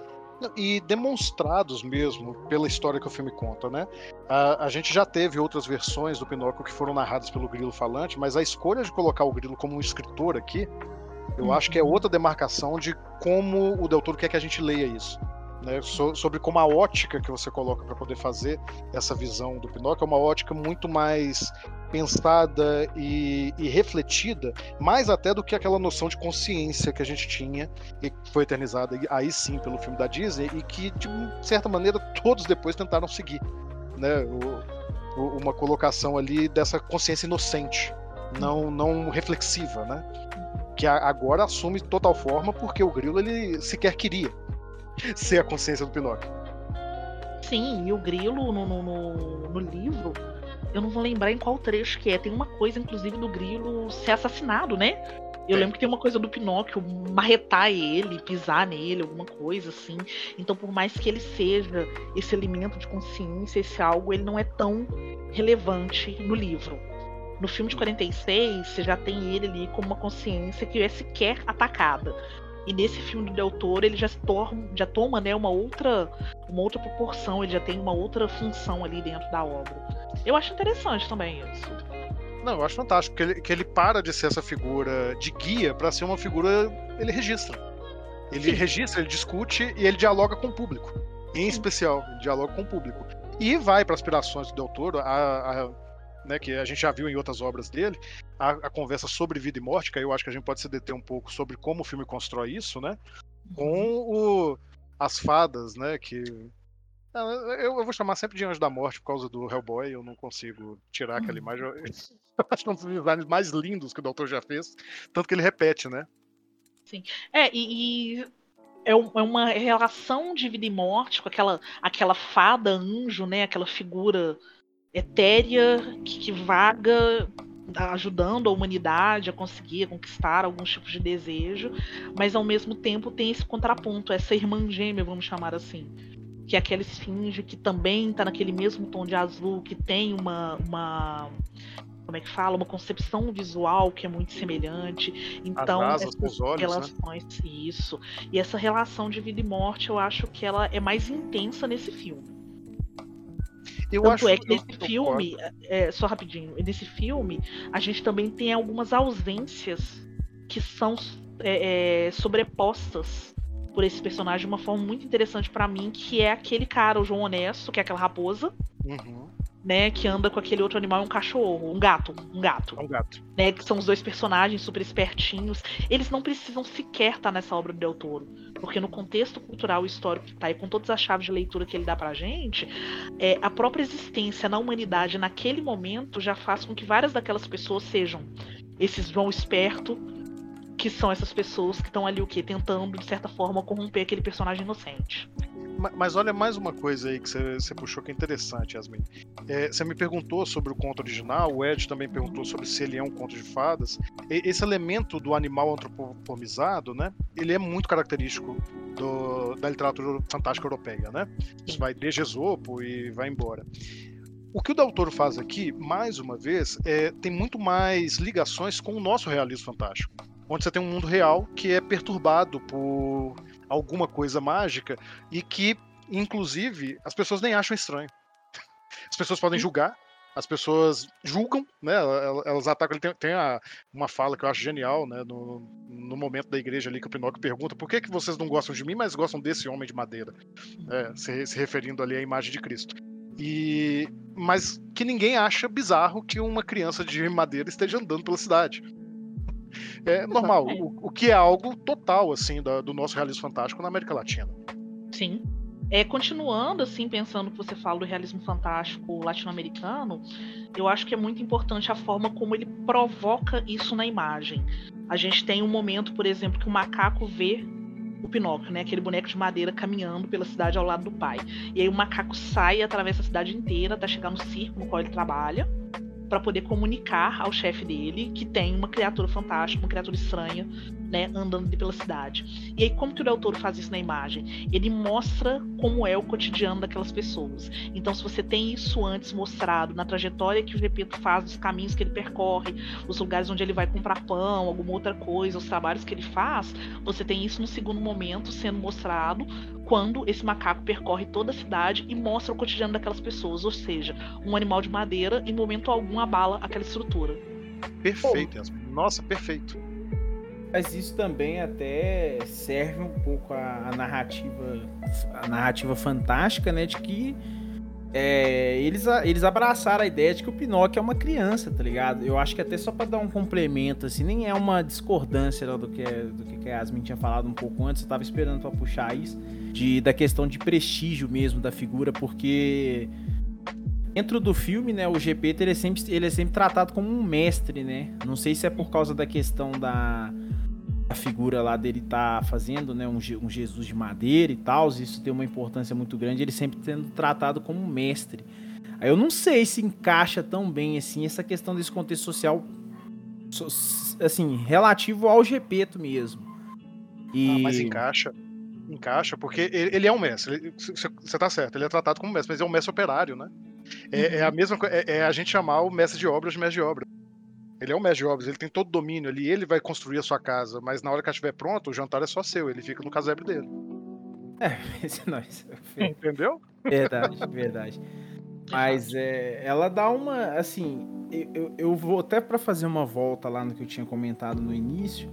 E demonstrados mesmo pela história que o filme conta, né? A, a gente já teve outras versões do Pinóquio que foram narradas pelo Grilo Falante, mas a escolha de colocar o Grilo como um escritor aqui, eu uhum. acho que é outra demarcação de como o Del Toro quer que a gente leia isso. Né? So, sobre como a ótica que você coloca para poder fazer essa visão do Pinóquio é uma ótica muito mais pensada e, e refletida, mais até do que aquela noção de consciência que a gente tinha e que foi eternizada aí sim pelo filme da Disney e que de certa maneira todos depois tentaram seguir, né? o, o, uma colocação ali dessa consciência inocente, não, não reflexiva, né? Que a, agora assume total forma porque o Grilo ele sequer queria ser a consciência do Pinóquio. Sim, e o Grilo no, no, no, no livro, eu não vou lembrar em qual trecho que é, tem uma coisa inclusive do Grilo ser assassinado, né? Eu é. lembro que tem uma coisa do Pinóquio marretar ele, pisar nele, alguma coisa assim. Então por mais que ele seja esse elemento de consciência, esse algo, ele não é tão relevante no livro. No filme de quarenta e seis, você já tem ele ali como uma consciência que é sequer atacada. E nesse filme do Del Toro ele já, torna, já toma, né, uma, outra, uma outra proporção, ele já tem uma outra função ali dentro da obra. Eu acho interessante também isso. Não, eu acho fantástico, que ele, que ele para de ser essa figura de guia para ser uma figura, ele registra. Ele Sim. registra, ele discute e ele dialoga com o público. Em Sim. especial, ele dialoga com o público. E vai para aspirações do Del Toro, a, a, né, que a gente já viu em outras obras dele, a, a conversa sobre vida e morte, que aí eu acho que a gente pode se deter um pouco sobre como o filme constrói isso, né? Com o, as fadas, né? Que eu, eu vou chamar sempre de Anjo da Morte por causa do Hellboy, eu não consigo tirar aquela imagem. Eu, eu acho que é um dos designs mais lindos que o doutor já fez, tanto que ele repete, né? Sim. É, e, e é, um, é uma relação de vida e morte com aquela, aquela fada anjo, né? Aquela figura etérea que, que vaga ajudando a humanidade a conseguir conquistar alguns tipos de desejo, mas ao mesmo tempo tem esse contraponto, essa irmã gêmea, vamos chamar assim, que é aquela esfinge que também está naquele mesmo tom de azul, que tem uma, uma como é que fala, uma concepção visual que é muito semelhante. Então as asas, essas os olhos, relações, né? Isso, e essa relação de vida e morte, eu acho que ela é mais intensa nesse filme. Eu Tanto acho é que nesse eu, filme, é, só rapidinho, nesse filme a gente também tem algumas ausências que são é, é, sobrepostas por esse personagem de uma forma muito interessante pra mim, que é aquele cara, o João Honesto, que é aquela raposa, uhum. né, que anda com aquele outro animal, é um cachorro, um gato, um gato. É um gato. Né, que são os dois personagens super espertinhos. Eles não precisam sequer estar nessa obra do Del Toro, porque no contexto cultural e histórico que tá aí, com todas as chaves de leitura que ele dá pra gente, é, a própria existência na humanidade naquele momento já faz com que várias daquelas pessoas sejam esses João esperto, que são essas pessoas que estão ali o quê? Tentando, de certa forma, corromper aquele personagem inocente. Mas olha mais uma coisa aí que você puxou que é interessante, Yasmin. Você é, me perguntou sobre o conto original, o Ed também perguntou sobre se ele é um conto de fadas. E, esse elemento do animal antropomorfizado, né, ele é muito característico do, da literatura fantástica europeia, né? Isso vai desde Esopo e vai embora. O que o Del Toro faz aqui, mais uma vez, é, tem muito mais ligações com o nosso realismo fantástico, onde você tem um mundo real que é perturbado por alguma coisa mágica e que, inclusive, as pessoas nem acham estranho. As pessoas podem julgar, as pessoas julgam, né? Elas, elas atacam. Ele tem, tem a, uma fala que eu acho genial, né? No, no momento da igreja ali que o Pinóquio pergunta: por que, que vocês não gostam de mim, mas gostam desse homem de madeira? É, se, se referindo ali à imagem de Cristo. E, mas que ninguém acha bizarro que uma criança de madeira esteja andando pela cidade. É normal, o, o que é algo total, assim, da, do nosso realismo fantástico na América Latina. Sim. É, continuando, assim, pensando que você fala do realismo fantástico latino-americano, eu acho que é muito importante a forma como ele provoca isso na imagem. A gente tem um momento, por exemplo, que o macaco vê o Pinóquio, né, aquele boneco de madeira caminhando pela cidade ao lado do pai. E aí o macaco sai e atravessa a cidade inteira até chegar no circo no qual ele trabalha, para poder comunicar ao chefe dele que tem uma criatura fantástica, uma criatura estranha, né, andando pela cidade. E aí, como que o Del Toro faz isso na imagem? Ele mostra como é o cotidiano daquelas pessoas. Então, se você tem isso antes mostrado na trajetória que o Gepeto faz, os caminhos que ele percorre, os lugares onde ele vai comprar pão, alguma outra coisa, os trabalhos que ele faz, você tem isso no segundo momento sendo mostrado quando esse macaco percorre toda a cidade e mostra o cotidiano daquelas pessoas, ou seja, um animal de madeira em momento algum abala aquela estrutura. Perfeito, Yasmin. Nossa, perfeito. Mas isso também até serve um pouco a, a narrativa a narrativa fantástica, né, de que é, eles, eles abraçaram a ideia de que o Pinóquio é uma criança, tá ligado? Eu acho que até só pra dar um complemento, assim, nem é uma discordância do que, do que a Yasmin tinha falado um pouco antes, eu tava esperando pra puxar isso, de, da questão de prestígio mesmo da figura, porque dentro do filme, né, o Gepeto, ele é sempre, ele é sempre tratado como um mestre, né? Não sei se é por causa da questão da a figura lá dele tá fazendo, né, um, um Jesus de madeira e tal, isso tem uma importância muito grande, ele sempre sendo tratado como um mestre. Aí eu não sei se encaixa tão bem assim essa questão desse contexto social, assim, relativo ao Gepeto mesmo. E... Ah, mas encaixa, encaixa, porque ele, ele é um mestre, você tá certo, ele é tratado como mestre, mas é um mestre operário, né? É, uhum. é a mesma coisa, é, é a gente chamar o mestre de obras de mestre de obra. Ele é um mestre de obras, ele tem todo o domínio ali, ele vai construir a sua casa, mas na hora que ela estiver pronta, o jantar é só seu, ele fica no casebre dele. É, esse não, isso é... Entendeu? Verdade, verdade. Mas é, ela dá uma, assim, eu, eu vou até para fazer uma volta lá no que eu tinha comentado no início,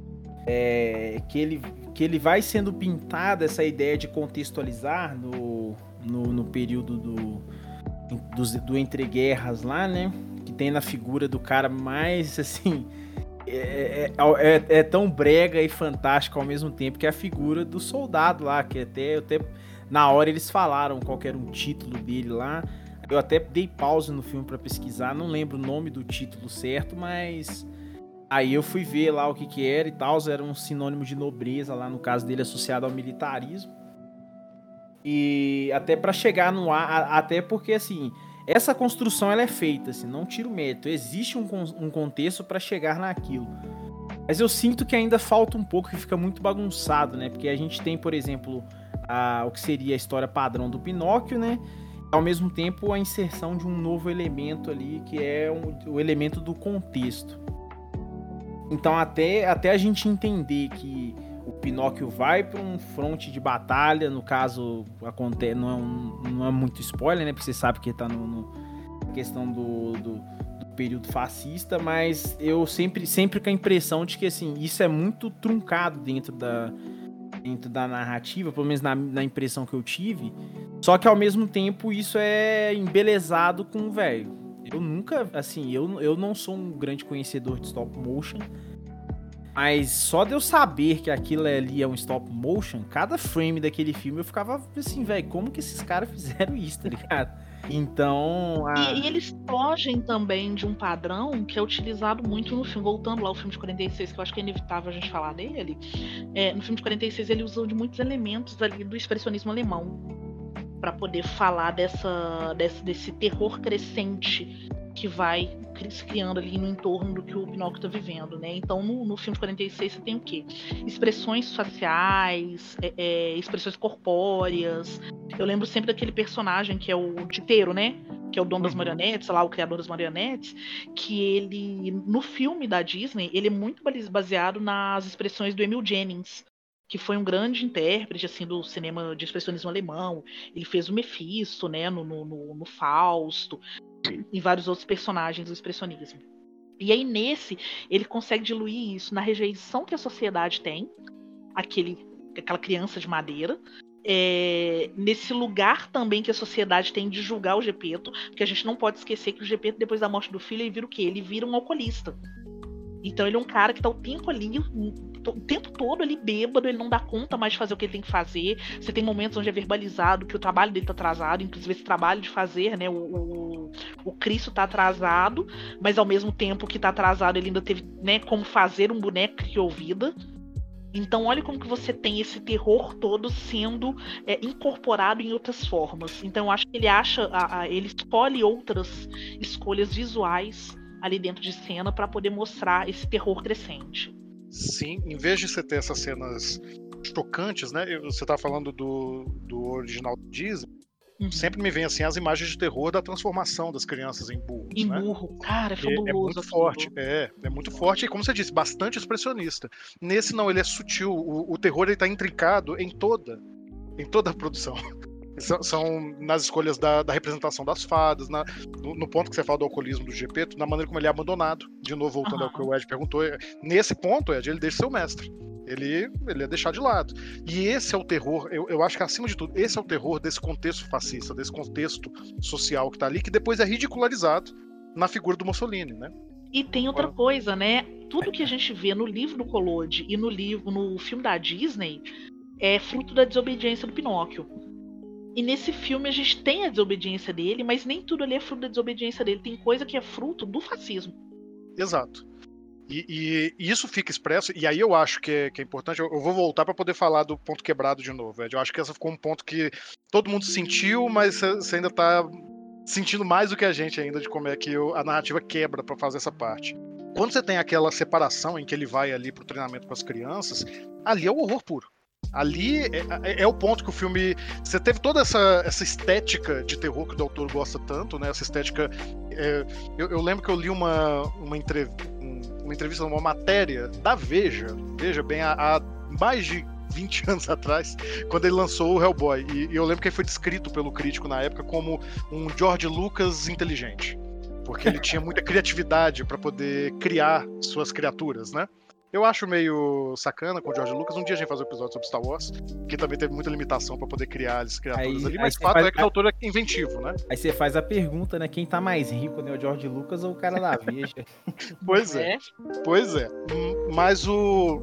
é, que, ele, que ele vai sendo pintado essa ideia de contextualizar no, no, no período do, do, do entreguerras lá, né? Que tem na figura do cara mais, assim, é, é, é, é tão brega e fantástico ao mesmo tempo, que é a figura do soldado lá, que até, até na hora eles falaram qual que era o título dele lá, eu até dei pausa no filme pra pesquisar, não lembro o nome do título certo, mas aí eu fui ver lá o que que era e tal, era um sinônimo de nobreza lá, no caso dele associado ao militarismo, e até pra chegar no ar, até porque assim... Essa construção ela é feita, assim, não tira o mérito. Existe um, um contexto para chegar naquilo. Mas eu sinto que ainda falta um pouco, que fica muito bagunçado, né? Porque a gente tem, por exemplo, a, o que seria a história padrão do Pinóquio, né? Ao mesmo tempo, a inserção de um novo elemento ali, que é um, o elemento do contexto. Então, até, até a gente entender que o Pinóquio vai para um fronte de batalha, no caso, acontece, não, é um, não é muito spoiler, né? Porque você sabe que está no, no questão do, do, do período fascista, mas eu sempre, sempre com a impressão de que assim, isso é muito truncado dentro da, dentro da narrativa, pelo menos na, na impressão que eu tive. Só que ao mesmo tempo isso é embelezado com, velho. Eu nunca, assim, eu, eu não sou um grande conhecedor de stop motion, mas só de eu saber que aquilo ali é um stop motion, cada frame daquele filme eu ficava assim, velho, como que esses caras fizeram isso, tá ligado? Então... A... E, e eles fogem também de um padrão que é utilizado muito no filme, voltando lá ao filme de quarenta e seis, que eu acho que é inevitável a gente falar dele. É, no filme de quarenta e seis ele usou de muitos elementos ali do expressionismo alemão para poder falar dessa, desse, desse terror crescente que vai se criando ali no entorno do que o Pinóquio está vivendo, né? Então, no, no filme de quarenta e seis você tem o quê? Expressões faciais, é, é, expressões corpóreas. Eu lembro sempre daquele personagem que é o Titeiro, né? Que é o dono das marionetes, lá o criador das marionetes, que ele, no filme da Disney, ele é muito baseado nas expressões do Emil Jennings, que foi um grande intérprete assim, do cinema de expressionismo alemão. Ele fez o Mephisto, né, no, no, no Fausto, e vários outros personagens do expressionismo. E aí, nesse, ele consegue diluir isso na rejeição que a sociedade tem, aquele, aquela criança de madeira, é, nesse lugar também que a sociedade tem de julgar o Gepeto, porque a gente não pode esquecer que o Gepeto, depois da morte do filho, ele vira o quê? Ele vira um alcoolista. Então ele é um cara que tá o tempo ali, o tempo todo ali bêbado, ele não dá conta mais de fazer o que ele tem que fazer. Você tem momentos onde é verbalizado que o trabalho dele tá atrasado, inclusive esse trabalho de fazer, né, o, o, o Cristo tá atrasado, mas ao mesmo tempo que tá atrasado ele ainda teve, né, como fazer um boneco que criou vida. Então olha como que você tem esse terror todo sendo é, incorporado em outras formas. Então eu acho que ele acha, a, a, ele escolhe outras escolhas visuais ali dentro de cena para poder mostrar esse terror crescente. Sim, em vez de você ter essas cenas chocantes, né? Você tá falando do, do original Disney, uhum. Sempre me vem assim as imagens de terror da transformação das crianças em burros, em né? burro, cara, é fabuloso. É, é muito aquilo. forte, é, é muito forte e, como você disse, bastante expressionista. Nesse não, ele é sutil, o, o terror ele tá intrincado em toda, em toda a produção. São, são nas escolhas da, da representação das fadas, na, no, no ponto que você fala do alcoolismo do Gepeto, na maneira como ele é abandonado. De novo, voltando uhum. ao que o Ed perguntou, nesse ponto, Ed, ele deixa ser o mestre. Ele, ele é deixado de lado. E esse é o terror, eu, eu acho que acima de tudo, esse é o terror desse contexto fascista, desse contexto social que tá ali, que depois é ridicularizado na figura do Mussolini, né? E tem outra coisa, né? Tudo que a gente vê no livro do Collodi e no livro, no filme da Disney é fruto da desobediência do Pinóquio. E nesse filme a gente tem a desobediência dele, mas nem tudo ali é fruto da desobediência dele. Tem coisa que é fruto do fascismo. Exato. E, e, e isso fica expresso, e aí eu acho que é, que é importante, eu, eu vou voltar para poder falar do ponto quebrado de novo, Ed. Eu acho que essa ficou um ponto que todo mundo sentiu, mas você ainda tá sentindo mais do que a gente ainda de como é que eu, a narrativa quebra para fazer essa parte. Quando você tem aquela separação em que ele vai ali pro treinamento com as crianças, ali é o horror puro. Ali é, é, é o ponto que o filme... Você teve toda essa, essa estética de terror que o doutor gosta tanto, né? Essa estética... É, eu, eu lembro que eu li uma, uma, entrev, uma entrevista, uma matéria da Veja, veja bem, há, há mais de vinte anos atrás, quando ele lançou o Hellboy. E, e eu lembro que ele foi descrito pelo crítico na época como um George Lucas inteligente. Porque ele tinha muita criatividade para poder criar suas criaturas, né? Eu acho meio sacana com o George Lucas. Um dia a gente faz um episódio sobre Star Wars, que também teve muita limitação pra poder criar as criaturas aí, ali, mas o fato faz... é que o autor é inventivo, né? Aí você faz a pergunta, né? Quem tá mais rico, né? O George Lucas ou o cara da Veja? Pois é. é, pois é. Mas o...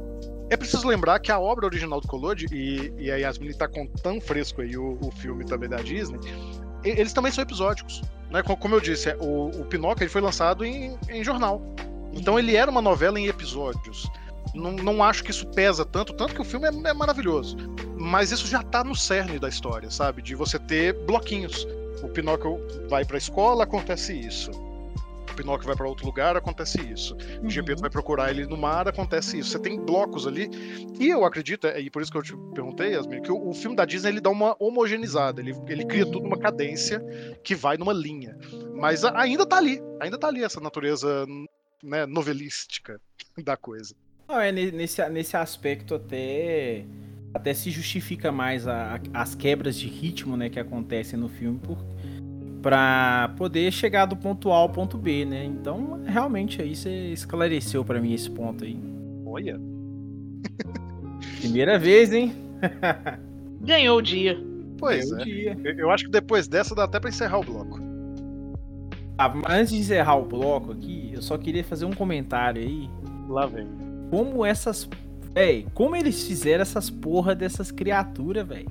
É preciso lembrar que a obra original do Collodi, e, e a Yasmin tá com tão fresco aí o, o filme também da Disney, eles também são episódicos, né? Como eu disse, o, o Pinóquio ele foi lançado em, em jornal. Então ele era uma novela em episódios. Não, não acho que isso pesa tanto, tanto que o filme é, é maravilhoso. Mas isso já tá no cerne da história, sabe? De você ter bloquinhos. O Pinóquio vai pra escola, acontece isso. O Pinóquio vai pra outro lugar, acontece isso. O Gepeto vai procurar ele no mar, acontece isso. Você tem blocos ali. E eu acredito, e por isso que eu te perguntei, Yasmin, que o, o filme da Disney ele dá uma homogeneizada. Ele, ele cria tudo numa cadência que vai numa linha. Mas ainda tá ali. Ainda tá ali essa natureza... Né, novelística da coisa. Não, é, nesse, nesse aspecto até, até se justifica mais a, a, as quebras de ritmo, né, que acontecem no filme por, pra poder chegar do ponto A ao ponto B, né? Então, realmente, aí você esclareceu pra mim esse ponto aí. Olha! Primeira vez, hein? Ganhou o dia. Pois Ganhou é. o dia. Eu, eu acho que depois dessa dá até pra encerrar o bloco. Ah, mas antes de encerrar o bloco aqui, eu só queria fazer um comentário aí. Lá vem. Como essas... Véi, como eles fizeram essas porra dessas criaturas, velho?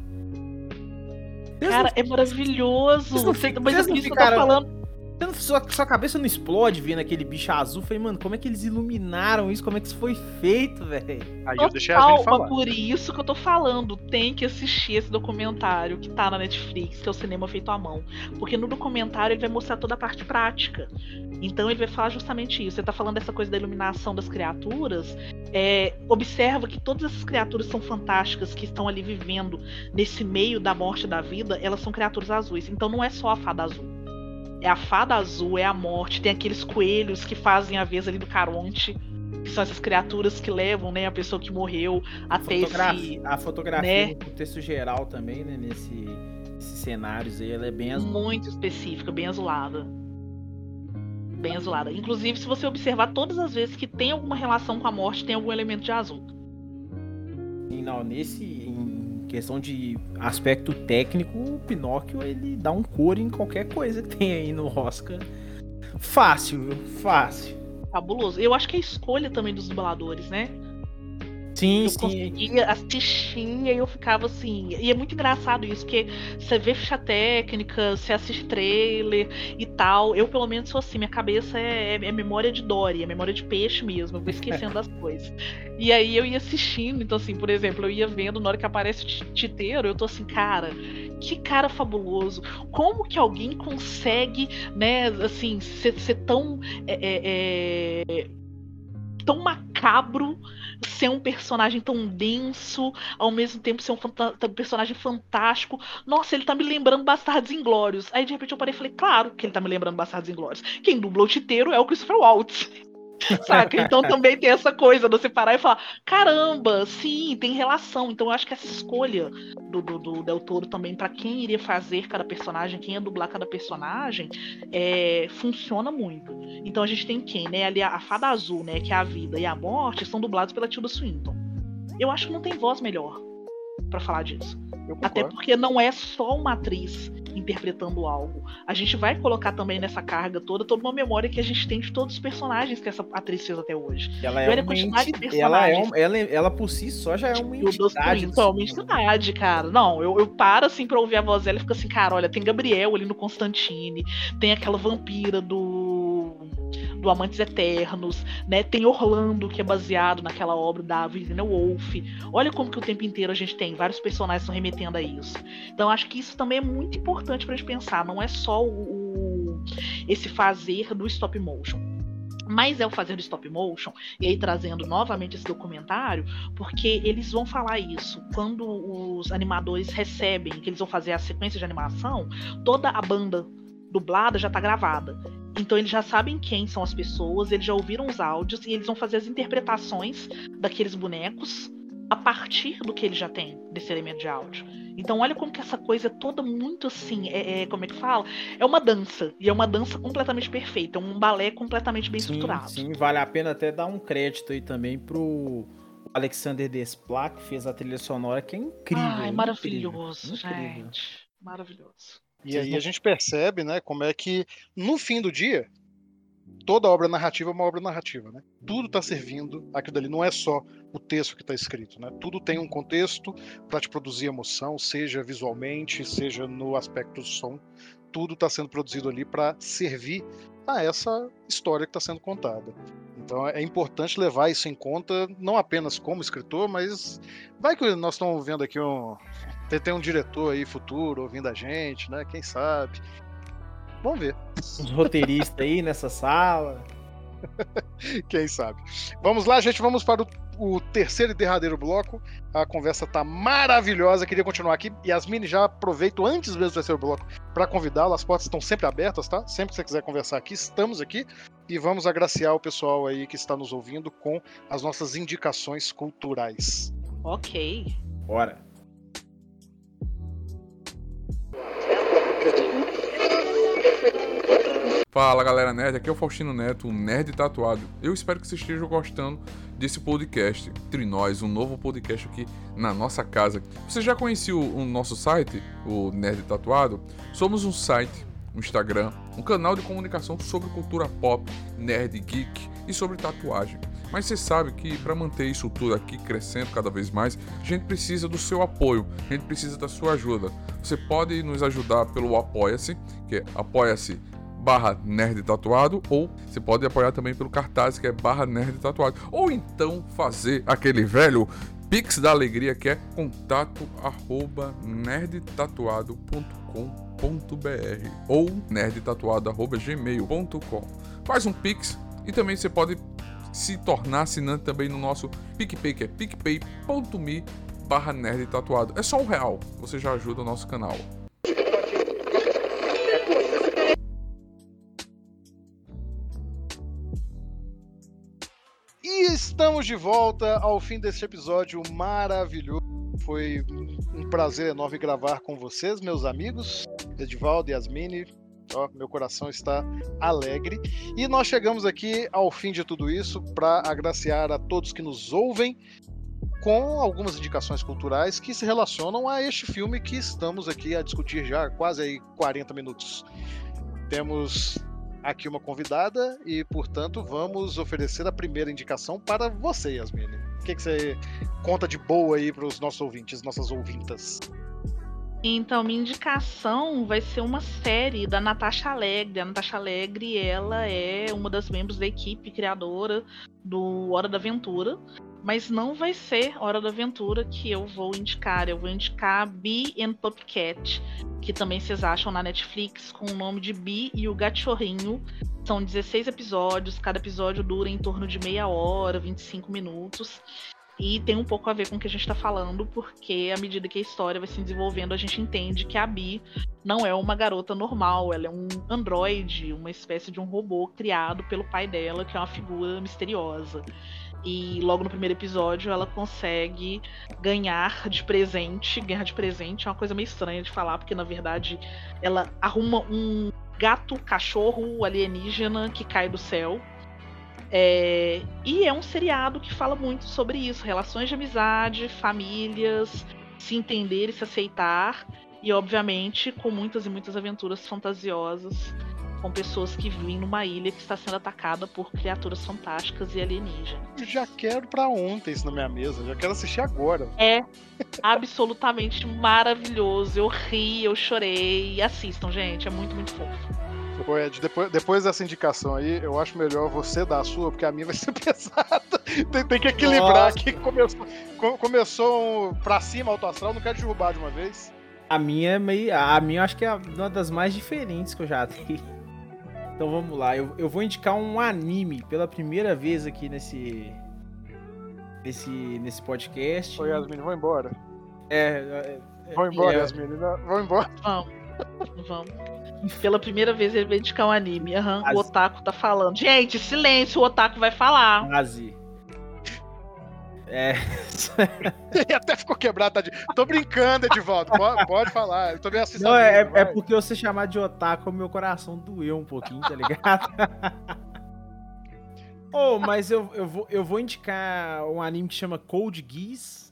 Cara, é maravilhoso. Vocês não ficam- Mas vocês é não isso que eu ficaram- tô falando. Você não- Sua, sua cabeça não explode vendo aquele bicho azul? Falei, mano, como é que eles iluminaram isso? Como é que isso foi feito, velho? Aí eu deixei a Yasmin Total, falar. mas por isso que eu tô falando. Tem que assistir esse documentário que tá na Netflix, que é o cinema feito à mão. Porque no documentário ele vai mostrar toda a parte prática. Então ele vai falar justamente isso. Você tá falando dessa coisa da iluminação das criaturas. É, observa que todas essas criaturas são fantásticas, que estão ali vivendo nesse meio da morte e da vida. Elas são criaturas azuis. Então não é só a fada azul. É a fada azul, é a morte. Tem aqueles coelhos que fazem a vez ali do Caronte. Que são essas criaturas que levam, né, a pessoa que morreu até Fotogra- esse... A fotografia né? no contexto geral também, né? Nesse, nesses cenários aí, ela é bem azul. Muito específica, bem azulada. Bem azulada. Inclusive, se você observar, todas as vezes que tem alguma relação com a morte, tem algum elemento de azul. E não, nesse, em questão de aspecto técnico, o Pinóquio, ele dá um cor em qualquer coisa que tem aí no Oscar. Fácil, viu? Fácil. Fabuloso. Eu acho que é a escolha também dos dubladores, né? Sim, Eu sim. conseguia assistir e aí eu ficava assim. E é muito engraçado isso, porque você vê ficha técnica, você assiste trailer e tal. Eu, pelo menos, sou assim. Minha cabeça é, é memória de Dory, é memória de peixe mesmo. Eu vou esquecendo das coisas. E aí eu ia assistindo. Então, assim, por exemplo, eu ia vendo na hora que aparece o ti- Titeiro, eu tô assim, cara, que cara fabuloso. Como que alguém consegue, né, assim, ser, ser tão. é, é, é, tão macabro, ser um personagem tão denso, ao mesmo tempo ser um fanta- um personagem fantástico. Nossa, ele tá me lembrando Bastardos Inglórios. Aí de repente eu parei e falei, claro que ele tá me lembrando Bastardos Inglórios. Quem dubla o Titeiro é o Christopher Waltz. Saca? Então também tem essa coisa de você parar e falar, caramba, sim, tem relação. Então eu acho que essa escolha do, do, do Del Toro também pra quem iria fazer cada personagem, quem ia dublar cada personagem, é, funciona muito. Então a gente tem quem, né? Ali a, a Fada Azul, né? Que é a vida e a morte, são dublados pela Tilda Swinton. Eu acho que não tem voz melhor pra falar disso. Eu Até concordo. porque não é só uma atriz interpretando algo. A gente vai colocar também nessa carga toda, toda uma memória que a gente tem de todos os personagens que essa atriz fez até hoje. Ela é E olha a uma quantidade de entidade. Ela, é personagens. um- ela, ela por si só já é uma E o Dos entidade. Twins, é uma entidade, cara. Não, eu, eu paro assim pra ouvir a voz dela e fico assim, cara, olha, tem Gabriel ali no Constantine, tem aquela vampira do do Amantes Eternos, né? Tem Orlando, que é baseado naquela obra da Virginia Woolf. Olha como que o tempo inteiro a gente tem vários personagens estão remetendo a isso. Então acho que isso também é muito importante pra gente pensar, não é só o, o esse fazer do stop motion. Mas é o fazer do stop motion, e aí trazendo novamente esse documentário, porque eles vão falar isso. Quando os animadores recebem que eles vão fazer a sequência de animação, toda a banda dublada já tá gravada. Então eles já sabem quem são as pessoas, eles já ouviram os áudios e eles vão fazer as interpretações daqueles bonecos a partir do que eles já têm desse elemento de áudio. Então olha como que essa coisa é toda muito assim, é, é, como é que fala? É uma dança, e é uma dança completamente perfeita, é um balé completamente bem Sim, estruturado. sim, vale a pena até dar um crédito aí também pro Alexander Desplat, que fez a trilha sonora, que é incrível. Ai, incrível, maravilhoso, incrível. gente. Maravilhoso. E aí a gente percebe, né, como é que no fim do dia toda obra narrativa é uma obra narrativa, né? Tudo está servindo aquilo dali, não é só o texto que está escrito, né? Tudo tem um contexto para te produzir emoção, seja visualmente, seja no aspecto do som. Tudo está sendo produzido ali para servir a essa história que está sendo contada. Então é importante levar isso em conta, não apenas como escritor, mas vai que nós estamos vendo aqui um tem, tem um diretor aí futuro ouvindo a gente, né? Quem sabe? Vamos ver. Uns roteiristas aí nessa sala. Quem sabe? Vamos lá, gente. Vamos para o, o terceiro e derradeiro bloco. A conversa tá maravilhosa. Queria continuar aqui. Yasmin, já aproveito antes mesmo do terceiro bloco para convidá-la. As portas estão sempre abertas, tá? Sempre que você quiser conversar aqui, estamos aqui. E vamos agraciar o pessoal aí que está nos ouvindo com as nossas indicações culturais. Ok. Bora. Fala galera nerd, aqui é o Faustino Neto, o Nerd Tatuado. Eu espero que vocês estejam gostando desse podcast, Entre Nós, um novo podcast aqui na nossa casa. Você já conhecia o, o nosso site, o Nerd Tatuado? Somos um site, um Instagram, um canal de comunicação sobre cultura pop, nerd, geek e sobre tatuagem. Mas você sabe que para manter isso tudo aqui crescendo cada vez mais, a gente precisa do seu apoio, a gente precisa da sua ajuda. Você pode nos ajudar pelo Apoia-se, que é apoia-se barra Nerd Tatuado, ou você pode apoiar também pelo Cartaz, que é barra Nerd Tatuado, ou então fazer aquele velho Pix da Alegria, que é contato arroba nerdtatuado ponto com ponto br ou nerdtatuado arroba gmail ponto com. Faz um Pix e também você pode se tornar assinante também no nosso PicPay, que é picpay.me barra Nerd Tatuado. É só um real, você já ajuda o nosso canal. E estamos de volta ao fim deste episódio maravilhoso. Foi um prazer enorme gravar com vocês, meus amigos, Edivaldo e Yasmine. Ó, meu coração está alegre. E nós chegamos aqui ao fim de tudo isso para agraciar a todos que nos ouvem com algumas indicações culturais que se relacionam a este filme que estamos aqui a discutir já há quase aí quarenta minutos. Temos aqui uma convidada e, portanto, vamos oferecer a primeira indicação para você, Yasmine. O que, que você conta de boa aí para os nossos ouvintes, nossas ouvintas? Então, minha indicação vai ser uma série da Natasha Alegre. A Natasha Alegre, ela é uma das membros da equipe criadora do Hora da Aventura, mas não vai ser Hora da Aventura que eu vou indicar. Eu vou indicar Bee and Puppycat, que também vocês acham na Netflix com o nome de Bee e o Gachorrinho. São dezesseis episódios, cada episódio dura em torno de meia hora, vinte e cinco minutos. E tem um pouco a ver com o que a gente está falando, porque à medida que a história vai se desenvolvendo, a gente entende que a Bee não é uma garota normal, ela é um androide, uma espécie de um robô criado pelo pai dela, que é uma figura misteriosa. E logo no primeiro episódio ela consegue ganhar de presente, ganhar de presente é uma coisa meio estranha de falar, porque na verdade ela arruma um gato cachorro alienígena que cai do céu. É, e é um seriado que fala muito sobre isso, relações de amizade, famílias, se entender e se aceitar, e obviamente com muitas e muitas aventuras fantasiosas, com pessoas que vivem numa ilha que está sendo atacada por criaturas fantásticas e alienígenas. Eu já quero pra ontem isso na minha mesa, já quero assistir agora. É absolutamente maravilhoso, eu ri, eu chorei, assistam, gente, é muito, muito fofo. Pô, Ed, depois, depois dessa indicação aí, eu acho melhor você dar a sua, porque a minha vai ser pesada. Tem, tem que equilibrar Nossa. aqui. Começou, co- começou um pra cima, alto astral, não quero derrubar de uma vez. A minha é meio. A minha eu acho que é uma das mais diferentes que eu já dei. Então vamos lá. Eu, eu vou indicar um anime pela primeira vez aqui nesse. Nesse, nesse podcast. Ô, Yasmine, vou embora. É. é Vou embora, é, Yasmine. Não, vou embora. Vamos, vamos. Pela primeira vez ele vai indicar um anime. Aham, As- o Otaku tá falando. Gente, silêncio, o Otaku vai falar. Quase. É. Ele até ficou quebrado, tá de... Tô brincando, Edivaldo. Pode, pode falar. Eu tô bem assistindo. Não, é, é porque você chamar de otaku, meu coração doeu um pouquinho, tá ligado? Oh, mas eu, eu, vou, eu vou indicar um anime que chama Code Geass.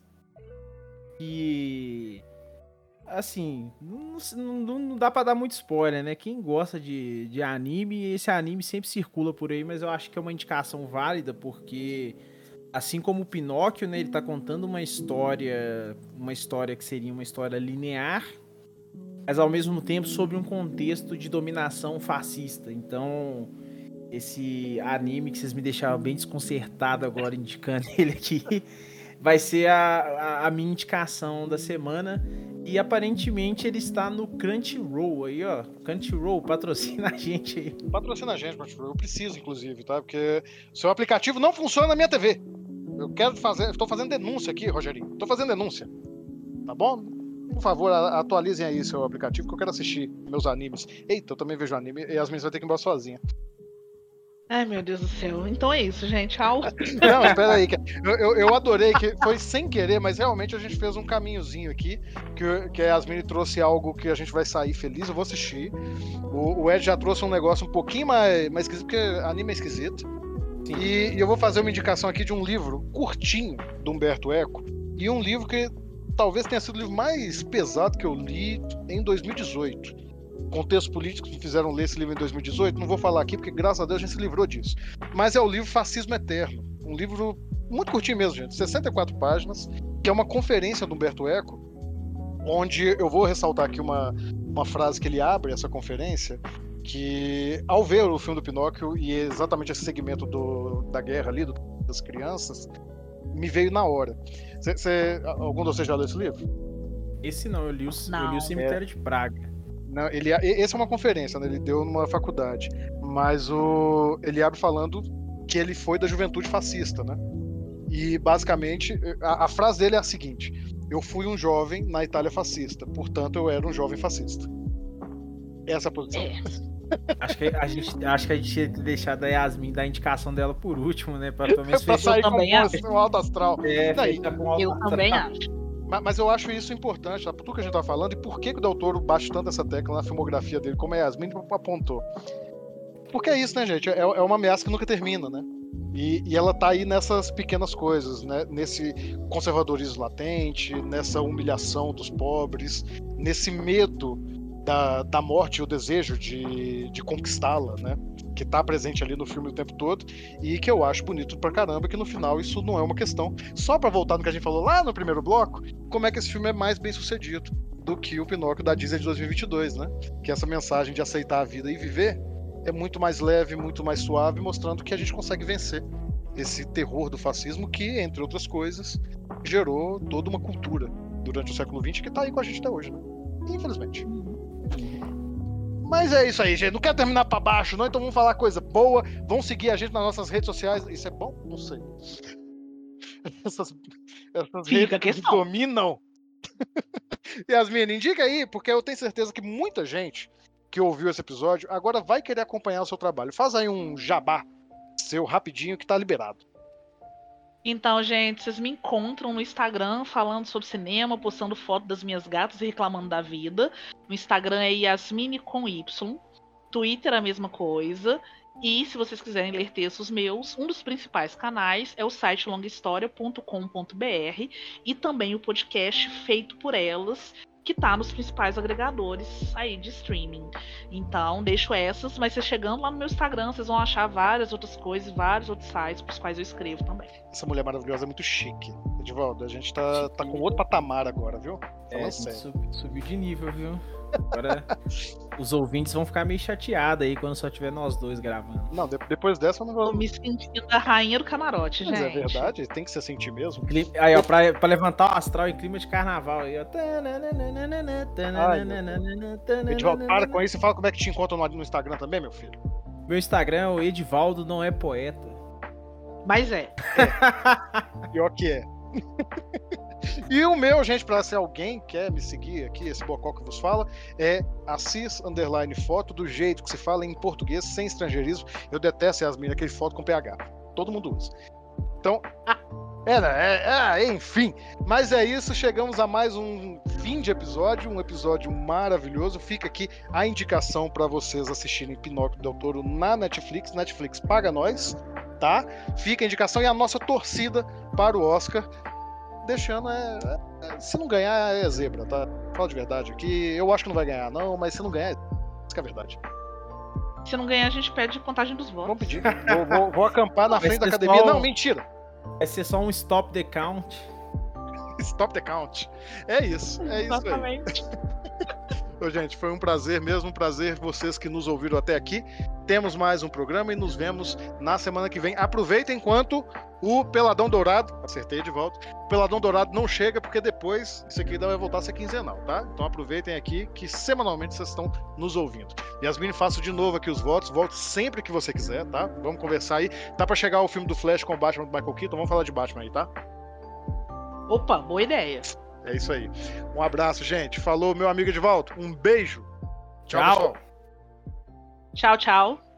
Que. Assim, não, não, não dá pra dar muito spoiler, né? Quem gosta de, de anime, esse anime sempre circula por aí, mas eu acho que é uma indicação válida, porque assim como o Pinóquio, né, ele tá contando uma história, uma história que seria uma história linear, mas ao mesmo tempo sobre um contexto de dominação fascista. Então, esse anime que vocês me deixaram bem desconcertado agora indicando ele aqui, vai ser a, a, a minha indicação da semana. E aparentemente ele está no Crunchyroll aí, ó. Crunchyroll, patrocina a gente aí. Patrocina a gente, Crunchyroll. Eu preciso, inclusive, tá? Porque seu aplicativo não funciona na minha T V. Eu quero fazer. Estou fazendo denúncia aqui, Rogerinho. Estou fazendo denúncia. Tá bom? Por favor, a- atualizem aí seu aplicativo que eu quero assistir meus animes. Eita, eu também vejo anime e as minhas vai ter que ir embora sozinha. Ai, meu Deus do céu. Então é isso, gente. Tchau. Não, espera aí. que Eu, eu, eu adorei, que foi sem querer, mas realmente a gente fez um caminhozinho aqui, que, que a Yasmine trouxe algo que a gente vai sair feliz, eu vou assistir. O, o Ed já trouxe um negócio um pouquinho mais, mais esquisito, porque anime é esquisito. E, e eu vou fazer uma indicação aqui de um livro curtinho, do Humberto Eco, e um livro que talvez tenha sido o livro mais pesado que eu li em dois mil e dezoito. Contextos políticos me fizeram ler esse livro em dois mil e dezoito, não vou falar aqui porque graças a Deus a gente se livrou disso. Mas é o livro Fascismo Eterno, um livro muito curtinho mesmo, gente, sessenta e quatro páginas, que é uma conferência do Humberto Eco, onde eu vou ressaltar aqui uma, uma frase que ele abre essa conferência, que ao ver o filme do Pinóquio e exatamente esse segmento do, da guerra ali, do, das crianças, me veio na hora. Cê, cê, algum de vocês já leu esse livro? Esse não, eu li o, eu li o Cemitério é. de Praga. Não, ele, esse é uma conferência, né? Ele deu numa faculdade, mas o, ele abre falando que ele foi da juventude fascista, né? E basicamente a, a frase dele é a seguinte: eu fui um jovem na Itália fascista, portanto eu era um jovem fascista. Essa é a posição. É. Acho que a gente, acho que a gente tinha que deixar a Yasmin dar a indicação dela por último, né? Pra pelo menos pra fechar. sair também com um alto astral. É, Daí, com alto Eu astral. também acho. Mas eu acho isso importante, tá? Por tudo que a gente tá falando, e por que, que o Del Toro bate tanto essa tecla na filmografia dele, como a Yasmin apontou. Porque é isso, né, gente? É, é uma ameaça que nunca termina, né? E, e ela tá aí nessas pequenas coisas, né? Nesse conservadorismo latente, nessa humilhação dos pobres, nesse medo da, da morte e o desejo de, de conquistá-la, né? Que tá presente ali no filme o tempo todo, e que eu acho bonito pra caramba, que no final isso não é uma questão. Só pra voltar no que a gente falou lá no primeiro bloco, como é que esse filme é mais bem sucedido do que o Pinóquio da Disney de dois mil e vinte e dois, né? Que essa mensagem de aceitar a vida e viver é muito mais leve, muito mais suave, mostrando que a gente consegue vencer esse terror do fascismo que, entre outras coisas, gerou toda uma cultura durante o século vinte que tá aí com a gente até hoje, né? Infelizmente. Mas é isso aí, gente. Não quero terminar pra baixo, não? Então vamos falar coisa boa. Vão seguir a gente nas nossas redes sociais. Isso é bom? Não sei. Essas, essas Fica redes que dominam. Yasmin, indica aí, porque eu tenho certeza que muita gente que ouviu esse episódio agora vai querer acompanhar o seu trabalho. Faz aí um jabá seu rapidinho que tá liberado. Então, gente, vocês me encontram no Instagram falando sobre cinema, postando foto das minhas gatas e reclamando da vida. No Instagram é Yasmine com Y. Twitter é a mesma coisa. E se vocês quiserem ler textos meus, um dos principais canais é o site longa história ponto com ponto b r e também o podcast Feito por Elas, que tá nos principais agregadores aí de streaming. Então, deixo essas, mas vocês chegando lá no meu Instagram, vocês vão achar várias outras coisas, vários outros sites pros quais eu escrevo também. Essa mulher maravilhosa é muito chique. Edivaldo, a gente tá, tá com outro patamar agora, viu? É, subiu, subiu de nível, viu? Agora os ouvintes vão ficar meio chateados aí quando só tiver nós dois gravando. Não, de, depois dessa eu não vou... Tô me sentindo a rainha do camarote, Mas gente. é verdade, tem que se sentir mesmo. Aí, ó, pra, pra levantar o astral em clima de carnaval aí, ó. Edivaldo, para com isso e fala como é que te encontra no, no Instagram também, meu filho. Meu Instagram é o Edivaldo Não É Poeta. Mas é. é. Pior que é. E o meu, gente, pra se alguém quer me seguir aqui, esse bocó que vos fala, é Assis underline foto, do jeito que se fala em português, sem estrangeirismo. Eu detesto as minhas, aquele foto com P H. Todo mundo usa. Então, é, é, é, enfim. Mas é isso, chegamos a mais um fim de episódio, um episódio maravilhoso. Fica aqui a indicação para vocês assistirem Pinóquio do Del Toro na Netflix. Netflix paga nós, tá? Fica a indicação e a nossa torcida para o Oscar. Deixando, é, é, se não ganhar é zebra, tá? Fala de verdade aqui. Eu acho que não vai ganhar, não, mas se não ganhar, isso que é verdade. Se não ganhar, a gente pede contagem dos votos. Vamos pedir. Vou, vou, vou acampar na frente da academia. Só... Não, mentira. Vai ser só um stop the count. Stop the count. É isso, é isso Exatamente. aí. Ô, gente, foi um prazer mesmo, um prazer vocês que nos ouviram até aqui. Temos mais um programa e nos vemos na semana que vem. Aproveitem enquanto o Peladão Dourado, acertei de volta, o Peladão Dourado não chega, porque depois isso aqui vai voltar a ser quinzenal, tá? Então aproveitem aqui que semanalmente vocês estão nos ouvindo. Yasmine, faço de novo aqui os votos, volte sempre que você quiser, tá? Vamos conversar aí. Tá pra chegar o filme do Flash com o Batman do Michael Keaton, vamos falar de Batman aí, tá? Opa, boa ideia. É isso aí. Um abraço, gente. Falou, meu amigo Edivaldo. Um beijo. Tchau, Tchau. pessoal. Tchau, tchau.